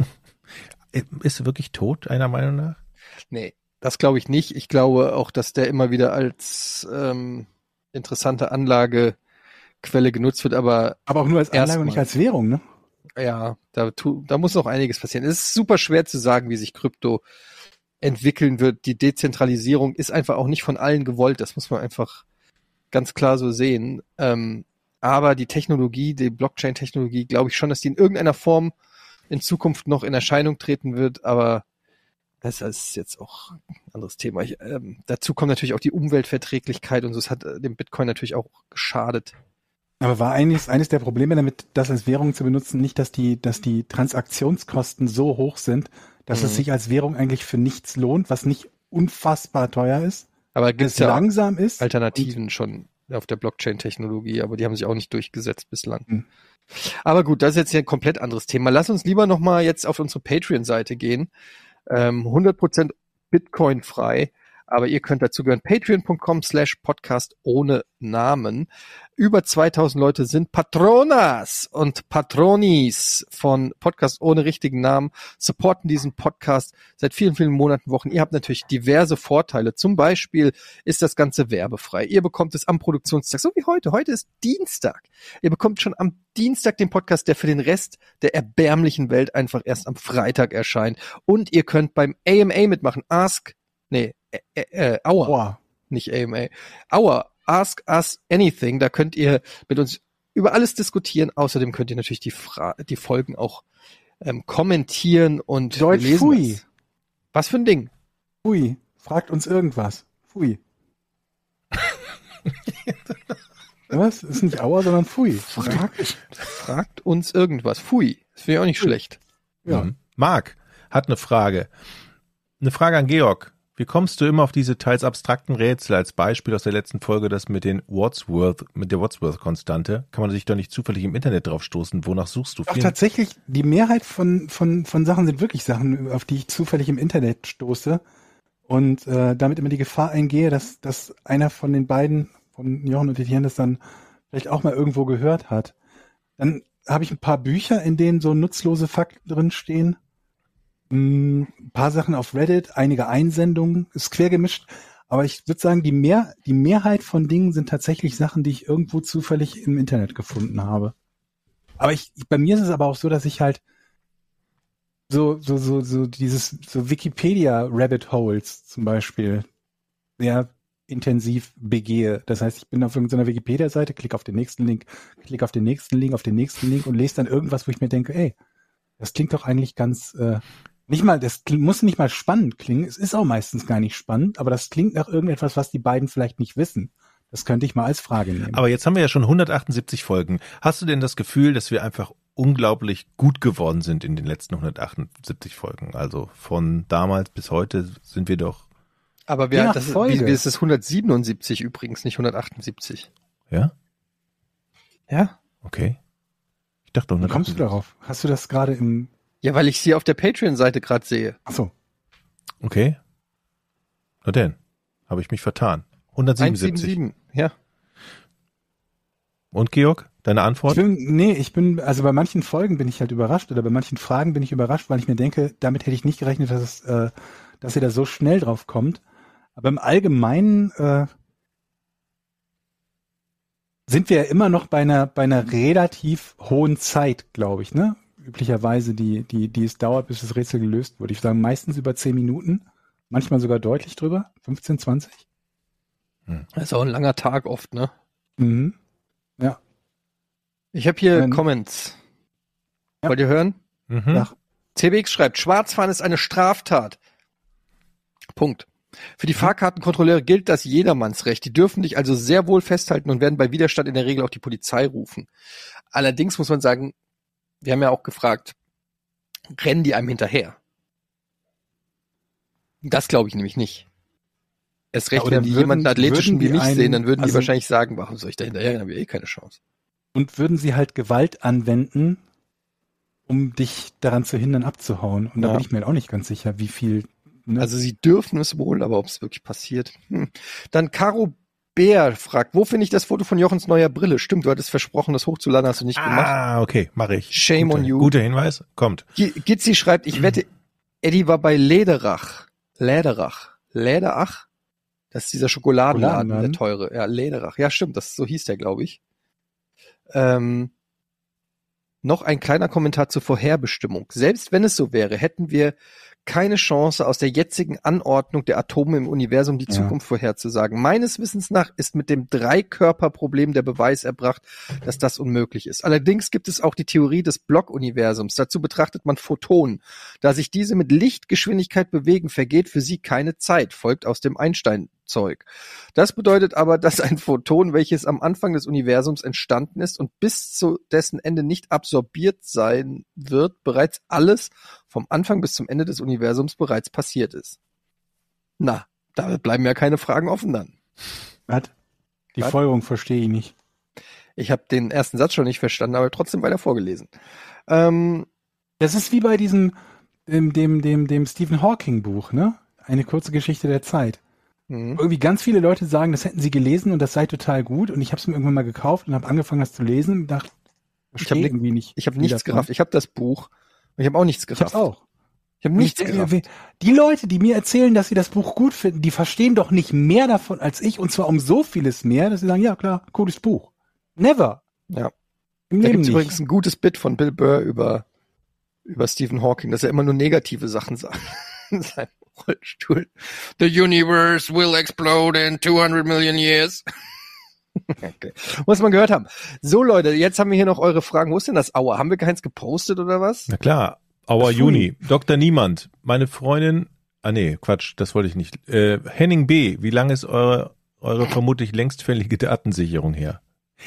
Ist wirklich tot, einer Meinung nach? Nee, das glaube ich nicht. Ich glaube auch, dass der immer wieder als ähm, interessante Anlagequelle genutzt wird, aber Aber auch nur als Anlage und nicht Erstmal. als Währung, ne? ja, da, tu, da muss noch einiges passieren. Es ist super schwer zu sagen, wie sich Krypto entwickeln wird. Die Dezentralisierung ist einfach auch nicht von allen gewollt. Das muss man einfach ganz klar so sehen. Ähm, aber die Technologie, die Blockchain-Technologie, glaube ich schon, dass die in irgendeiner Form in Zukunft noch in Erscheinung treten wird. Aber das ist jetzt auch ein anderes Thema. Ich, ähm, dazu kommt natürlich auch die Umweltverträglichkeit und so. Es hat äh, dem Bitcoin natürlich auch geschadet. Aber war eines, eines der Probleme damit, das als Währung zu benutzen, nicht, dass die, dass die Transaktionskosten so hoch sind, dass Mhm. es sich als Währung eigentlich für nichts lohnt, was nicht unfassbar teuer ist, Aber dass gibt es es ja langsam ist. Alternativen schon auf der Blockchain-Technologie, aber die haben sich auch nicht durchgesetzt bislang. Hm. Aber gut, das ist jetzt hier ein komplett anderes Thema. Lass uns lieber nochmal jetzt auf unsere Patreon-Seite gehen. Ähm, hundert Prozent Bitcoin frei. Aber ihr könnt dazu gehören. Patreon.com slash Podcast ohne Namen. Über zweitausend Leute sind Patronas und Patronis von Podcast ohne richtigen Namen, supporten diesen Podcast seit vielen, vielen Monaten, Wochen. Ihr habt natürlich diverse Vorteile. Zum Beispiel ist das Ganze werbefrei. Ihr bekommt es am Produktionstag, so wie heute. Heute ist Dienstag. Ihr bekommt schon am Dienstag den Podcast, der für den Rest der erbärmlichen Welt einfach erst am Freitag erscheint. Und ihr könnt beim A M A mitmachen. Ask, nee, äh, äh, Hour. Boah. Nicht A M A. Hour, Ask Us Anything. Da könnt ihr mit uns über alles diskutieren. Außerdem könnt ihr natürlich die, Fra- die Folgen auch ähm, kommentieren und Deutsch lesen. Pfui. Das. Was für ein Ding? Pfui. Fragt uns irgendwas. Pfui. Was? Ist nicht Auer, sondern Pfui. Fragt, fragt uns irgendwas. Pfui. Das finde ich auch nicht schlecht. Ja. Mhm. Marc hat eine Frage. Eine Frage an Georg. Wie kommst du immer auf diese teils abstrakten Rätsel? Als Beispiel aus der letzten Folge, das mit den Wadsworth, mit der Wadsworth-Konstante. Kann man sich doch nicht zufällig im Internet drauf stoßen. Wonach suchst du? Auch Vielen- tatsächlich, die Mehrheit von, von, von Sachen sind wirklich Sachen, auf die ich zufällig im Internet stoße und äh, damit immer die Gefahr eingehe, dass, dass einer von den beiden, von Jochen und Etienne, das dann vielleicht auch mal irgendwo gehört hat. Dann habe ich ein paar Bücher, in denen so nutzlose Fakten drin stehen. Ein paar Sachen auf Reddit, einige Einsendungen, ist quer gemischt. Aber ich würde sagen, die, mehr, die Mehrheit von Dingen sind tatsächlich Sachen, die ich irgendwo zufällig im Internet gefunden habe. Aber ich, bei mir ist es aber auch so, dass ich halt so, so, so, so dieses, so Wikipedia Rabbit Holes zum Beispiel sehr intensiv begehe. Das heißt, ich bin auf irgendeiner Wikipedia-Seite, klicke auf den nächsten Link, klicke auf den nächsten Link, auf den nächsten Link und lese dann irgendwas, wo ich mir denke, ey, das klingt doch eigentlich ganz, äh, nicht mal, das kling, muss nicht mal spannend klingen. Es ist auch meistens gar nicht spannend, aber das klingt nach irgendetwas, was die beiden vielleicht nicht wissen. Das könnte ich mal als Frage nehmen. Aber jetzt haben wir ja schon hundertachtundsiebzig Folgen. Hast du denn das Gefühl, dass wir einfach unglaublich gut geworden sind in den letzten hundertachtundsiebzig Folgen. Also von damals bis heute sind wir doch. Aber wir, das ist, wie, wie ist es hundertsiebenundsiebzig übrigens, nicht hundertachtundsiebzig. Ja? Ja? Okay. Ich dachte Wie kommst du darauf? Hast du das gerade im... Ja, weil ich sie auf der Patreon-Seite gerade sehe. Ach so. Okay. Na denn, habe ich mich vertan. hundertsiebenundsiebzig. hundertsiebenundsiebzig, ja. Und Georg, deine Antwort? Ich bin, nee, ich bin, also bei manchen Folgen bin ich halt überrascht oder bei manchen Fragen bin ich überrascht, weil ich mir denke, damit hätte ich nicht gerechnet, dass es, äh, dass ihr da so schnell drauf kommt. Aber im Allgemeinen äh, sind wir ja immer noch bei einer bei einer relativ hohen Zeit, glaube ich, ne? Üblicherweise, die die die es dauert, bis das Rätsel gelöst wird. Ich würde sagen, meistens über zehn Minuten, manchmal sogar deutlich drüber, fünfzehn, zwanzig. Hm. Das ist auch ein langer Tag oft, ne? Mhm. Ja. Ich habe hier Nein. Comments. Ja. Wollt ihr hören? Mhm. Ja. T B X schreibt, Schwarzfahren ist eine Straftat. Punkt. Für die Fahrkartenkontrolleure gilt das Jedermannsrecht. Die dürfen dich also sehr wohl festhalten und werden bei Widerstand in der Regel auch die Polizei rufen. Allerdings muss man sagen, wir haben ja auch gefragt, rennen die einem hinterher? Das glaube ich nämlich nicht. Erst recht, Ja, oder wenn die würden- jemanden athletischen würden wie die mich einen- sehen, dann würden die also- wahrscheinlich sagen, warum soll ich da hinterher? Dann habe ich eh keine Chance. Und würden sie halt Gewalt anwenden, um dich daran zu hindern, abzuhauen. Und da Ja. bin ich mir halt auch nicht ganz sicher, wie viel. Ne? Also sie dürfen es wohl, aber ob es wirklich passiert. Hm. Dann Caro Bär fragt, wo finde ich das Foto von Jochens neuer Brille? Stimmt, du hattest versprochen, das hochzuladen, hast du nicht gemacht. Ah, okay, mache ich. Shame Guter, on you. Guter Hinweis, kommt. G- Gitzi schreibt, ich wette, Eddie war bei Lederach. Lederach. Lederach? Das ist dieser Schokoladenladen, Schokoladenladen? der teure. Ja, Lederach. Ja, stimmt, das so hieß der, glaube ich. Ähm, noch ein kleiner Kommentar zur Vorherbestimmung. Selbst wenn es so wäre, hätten wir keine Chance, aus der jetzigen Anordnung der Atome im Universum die Ja. Zukunft vorherzusagen. Meines Wissens nach ist mit dem Dreikörperproblem der Beweis erbracht, dass das unmöglich ist. Allerdings gibt es auch die Theorie des Block-Universums. Dazu betrachtet man Photonen. Da sich diese mit Lichtgeschwindigkeit bewegen, vergeht für sie keine Zeit, folgt aus dem Einstein-Zeug. Das bedeutet aber, dass ein Photon, welches am Anfang des Universums entstanden ist und bis zu dessen Ende nicht absorbiert sein wird, bereits alles vom Anfang bis zum Ende des Universums bereits passiert ist. Na, da bleiben ja keine Fragen offen dann. Was? Die Was? Folgerung verstehe ich nicht. Ich habe den ersten Satz schon nicht verstanden, aber trotzdem weiter vorgelesen. Ähm, Das ist wie bei diesem, dem, dem, dem, dem Stephen Hawking Buch, ne? Eine kurze Geschichte der Zeit. mh. Irgendwie ganz viele Leute sagen, das hätten sie gelesen und das sei total gut. Und ich habe es mir irgendwann mal gekauft und habe angefangen, das zu lesen und dachte, Ich habe irgendwie nicht. ich hab viel nichts davon. gerafft. Ich habe das Buch und ich habe auch nichts Ich hab's gerafft. auch. Ich habe Und nichts ich denke, gerafft. die Leute, die mir erzählen, dass sie das Buch gut finden, die verstehen doch nicht mehr davon als ich und zwar um so vieles mehr, dass sie sagen, ja klar, cooles Buch. Never. Ja. Im Da Leben gibt's nicht. übrigens ein gutes Bit von Bill Burr über, über Stephen Hawking, dass er immer nur negative Sachen sagt in seinem Rollstuhl. The universe will explode in two hundred million years. Okay. Muss man gehört haben. So Leute, jetzt haben wir hier noch eure Fragen. Wo ist denn das Aua? Haben wir keins gepostet oder was? Na klar, Auer Das ist Juni. Doktor Niemand, meine Freundin, ah nee, Quatsch, das wollte ich nicht. Äh, Henning B., wie lange ist eure, eure vermutlich längstfällige Datensicherung her?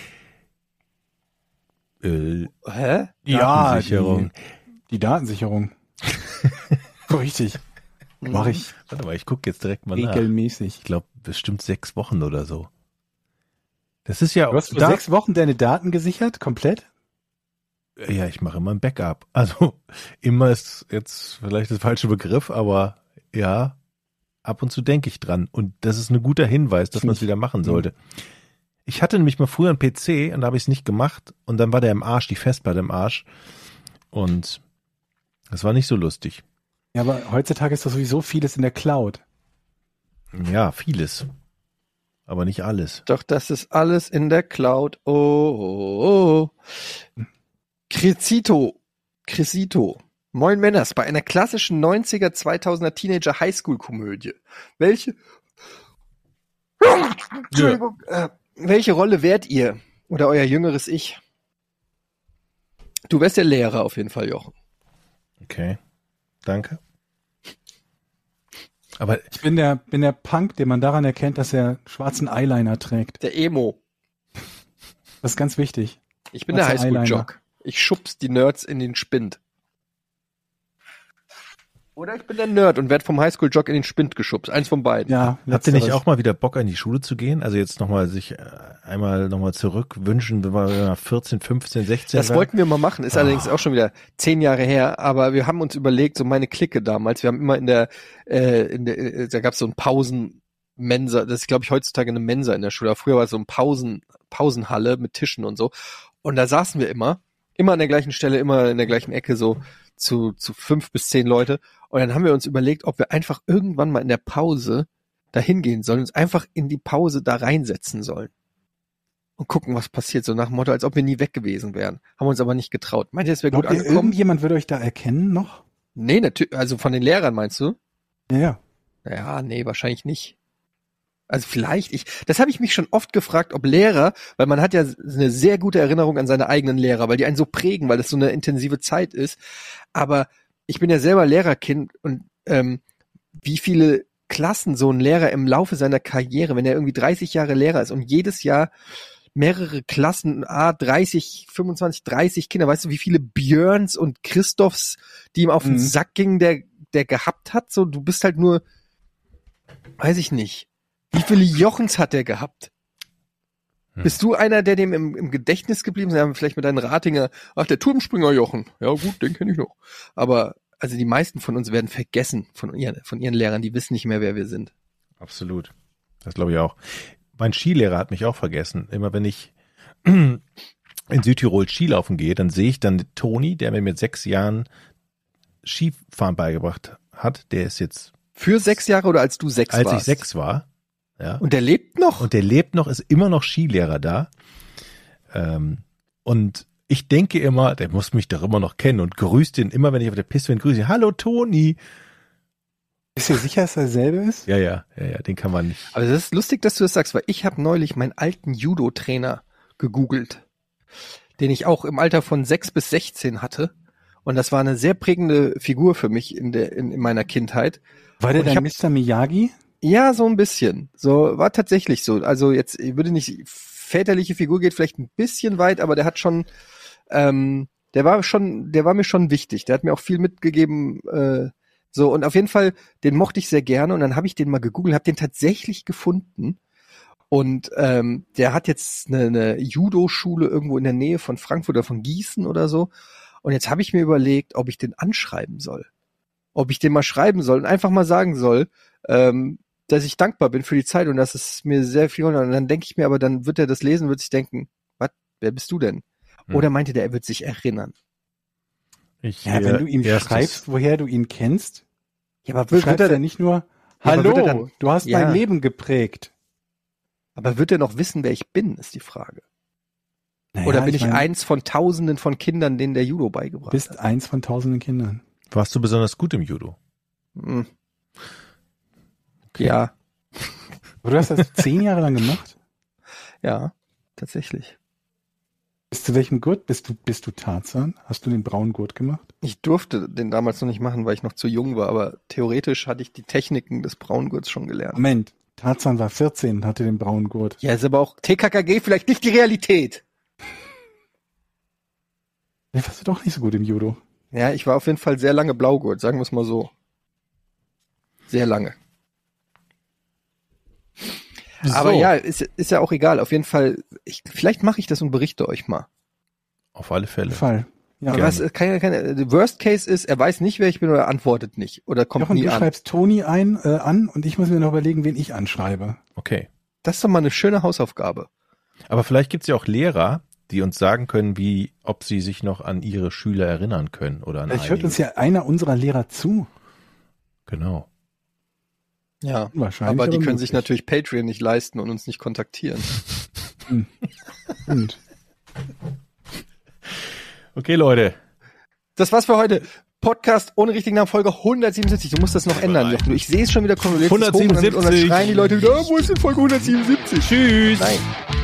Äh, Hä? Ja, Datensicherung. die, die Datensicherung. Richtig. Mache ich Warte mal, ich gucke jetzt direkt mal nach. regelmäßig. Ich glaube, bestimmt sechs Wochen oder so. Das ist ja, Du hast vor da, sechs Wochen deine Daten gesichert, komplett? ja, ich mache immer ein Backup. Also immer ist jetzt vielleicht das falsche Begriff, aber ja, ab und zu denke ich dran. Und das ist ein guter Hinweis, dass man es wieder machen sollte. Ich hatte nämlich mal früher einen P C und da habe ich es nicht gemacht und dann war der im Arsch, die Festplatte im Arsch. Und das war nicht so lustig. Ja, aber heutzutage ist doch sowieso vieles in der Cloud. Ja, vieles. Aber nicht alles. Doch das ist alles in der Cloud. Oh, oh, oh. Crescito. Crescito. Moin Männers, bei einer klassischen neunziger, zweitausender Teenager Highschool-Komödie. Welche, Entschuldigung, äh, welche Rolle wärt ihr? Oder euer jüngeres Ich? Du wärst der Lehrer auf jeden Fall, Jochen. Okay, danke. Aber Ich bin der, bin der Punk, den man daran erkennt, dass er schwarzen Eyeliner trägt. Der Emo. Das ist ganz wichtig. Ich bin der Schwarzer Eyeliner. Highschool-Jock. Ich schubs die Nerds in den Spind. Oder ich bin der Nerd und werd vom Highschool-Jock in den Spind geschubst. Eins von beiden. Ja, Habt ihr nicht letzteres. auch mal wieder Bock, in die Schule zu gehen? Also jetzt nochmal sich äh, einmal nochmal zurückwünschen, wenn wir vierzehn, fünfzehn, sechzehn Das waren? wollten wir mal machen, ist Ah. allerdings auch schon wieder zehn Jahre her, aber wir haben uns überlegt, so meine Clique damals, wir haben immer in der, äh, in der äh, da gab es so ein Pausenmensa, das ist glaube ich heutzutage eine Mensa in der Schule, aber früher war es so ein Pausen, Pausenhalle mit Tischen und so und da saßen wir immer, immer an der gleichen Stelle, immer in der gleichen Ecke, so zu, zu fünf bis zehn Leute und dann haben wir uns überlegt, ob wir einfach irgendwann mal in der Pause da hingehen sollen, uns einfach in die Pause da reinsetzen sollen. Und gucken, was passiert, so nach dem Motto, als ob wir nie weg gewesen wären. Haben uns aber nicht getraut. Meint ihr, es wäre gut Glaubt ihr, angekommen? irgendjemand würde euch da erkennen noch? Nee, natürlich, also von den Lehrern meinst du? Ja, ja. Ja, nee, wahrscheinlich nicht. Also vielleicht, ich, das habe ich mich schon oft gefragt, ob Lehrer, weil man hat ja eine sehr gute Erinnerung an seine eigenen Lehrer, weil die einen so prägen, weil das so eine intensive Zeit ist. Aber ich bin ja selber Lehrerkind und ähm, wie viele Klassen so ein Lehrer im Laufe seiner Karriere, wenn er irgendwie dreißig Jahre Lehrer ist und jedes Jahr mehrere Klassen, ah, dreißig, fünfundzwanzig, dreißig Kinder, weißt du, wie viele Björns und Christophs, die ihm auf den Mhm. Sack gingen, der, der gehabt hat, so, du bist halt nur, weiß ich nicht. Wie viele Jochens hat der gehabt? Hm. Bist du einer, der dem im, im Gedächtnis geblieben ist? Ja, vielleicht mit deinem Ratinger, ach, der Turmspringer Jochen. Ja gut, den kenne ich noch. Aber, also die meisten von uns werden vergessen von ihren, von ihren Lehrern, die wissen nicht mehr, wer wir sind. Absolut. Das glaube ich auch. Mein Skilehrer hat mich auch vergessen. Immer wenn ich in Südtirol Skilaufen gehe, dann sehe ich dann Toni, der mir mit sechs Jahren Skifahren beigebracht hat. Der ist jetzt, Für sechs Jahre oder als du sechs als warst? ich sechs war, ja. Und der lebt noch? Und der lebt noch, ist immer noch Skilehrer da. Ähm, und ich denke immer, der muss mich doch immer noch kennen und grüßt ihn immer, wenn ich auf der Piste bin, grüße ihn. Hallo Toni. Bist du sicher, dass er derselbe ist? Ja, ja, ja, ja, den kann man nicht. Aber das ist lustig, dass du das sagst, weil ich habe neulich meinen alten Judo-Trainer gegoogelt, den ich auch im Alter von sechs bis sechzehn hatte. Und das war eine sehr prägende Figur für mich in der in, in meiner Kindheit. War der Und ich dein hab- Mister Miyagi? Ja, so ein bisschen. So war tatsächlich so. Also jetzt ich würde nicht väterliche Figur geht vielleicht ein bisschen weit, aber der hat schon, ähm, der war schon, der war mir schon wichtig. Der hat mir auch viel mitgegeben. Äh, so und auf jeden Fall, den mochte ich sehr gerne. Und dann habe ich den mal gegoogelt, habe den tatsächlich gefunden. Und ähm, der hat jetzt eine, eine Judo-Schule irgendwo in der Nähe von Frankfurt oder von Gießen oder so. Und jetzt habe ich mir überlegt, ob ich den anschreiben soll. Ob ich den mal schreiben soll und einfach mal sagen soll, ähm, dass ich dankbar bin für die Zeit und dass es mir sehr viel geholfen hat. Und dann denke ich mir aber, dann wird er das lesen und wird sich denken, was, wer bist du denn? Hm. Oder meinte der, er wird sich erinnern. Ich, Ja, wenn du ihm erstes- schreibst, woher du ihn kennst, Ja, aber du wird, wird schreibst er ja denn, nicht nur, Ja, aber hallo, wird er dann- du hast Ja. mein Leben geprägt. aber wird er noch wissen, wer ich bin, ist die Frage. Naja, Oder bin ich, mein, eins von Tausenden von Kindern, denen der Judo beigebracht bist hat? eins von tausenden Kindern. Warst du besonders gut im Judo? Hm. Okay. Ja, Aber du hast das zehn Jahre lang gemacht? ja, tatsächlich. Bis zu welchem Gurt bist du, bist du Tarzan? Hast du den braunen Gurt gemacht? Ich durfte den damals noch nicht machen, weil ich noch zu jung war, aber theoretisch hatte ich die Techniken des Braungurts schon gelernt. Moment, Tarzan war vierzehn und hatte den braunen Gurt. Ja, ist aber auch T K K G vielleicht nicht die Realität. Vielleicht warst du doch nicht so gut im Judo. Ja, ich war auf jeden Fall sehr lange Blaugurt, sagen wir es mal so. Sehr lange. Aber So. ja, ist, ist ja auch egal. Auf jeden Fall, ich, vielleicht mache ich das und berichte euch mal. Auf alle Fälle. Fall. Ja, Aber was, keine, keine, the Worst Case ist, er weiß nicht, wer ich bin oder er antwortet nicht. Oder kommt Jochen, nie du an. schreibst Toni ein, äh, an und ich muss mir noch überlegen, wen ich anschreibe. Okay. Das ist doch mal eine schöne Hausaufgabe. Aber vielleicht gibt es ja auch Lehrer, die uns sagen können, wie, ob sie sich noch an ihre Schüler erinnern können oder an Vielleicht hört einige. uns ja einer unserer Lehrer zu. Genau. Ja. Wahrscheinlich. Aber die können möglich. sich natürlich Patreon nicht leisten und uns nicht kontaktieren. Und Okay, Leute. Das war's für heute. Podcast ohne richtigen Namen, Folge hundertsiebenundsiebzig. Du musst das noch ändern, Jochen. Ich sehe es schon wieder kommen. Du lädst es hoch und dann- Und dann hundertsiebenundsiebzig. schreien die Leute wieder, ah, wo ist denn Folge hundertsiebenundsiebzig? Tschüss. Nein.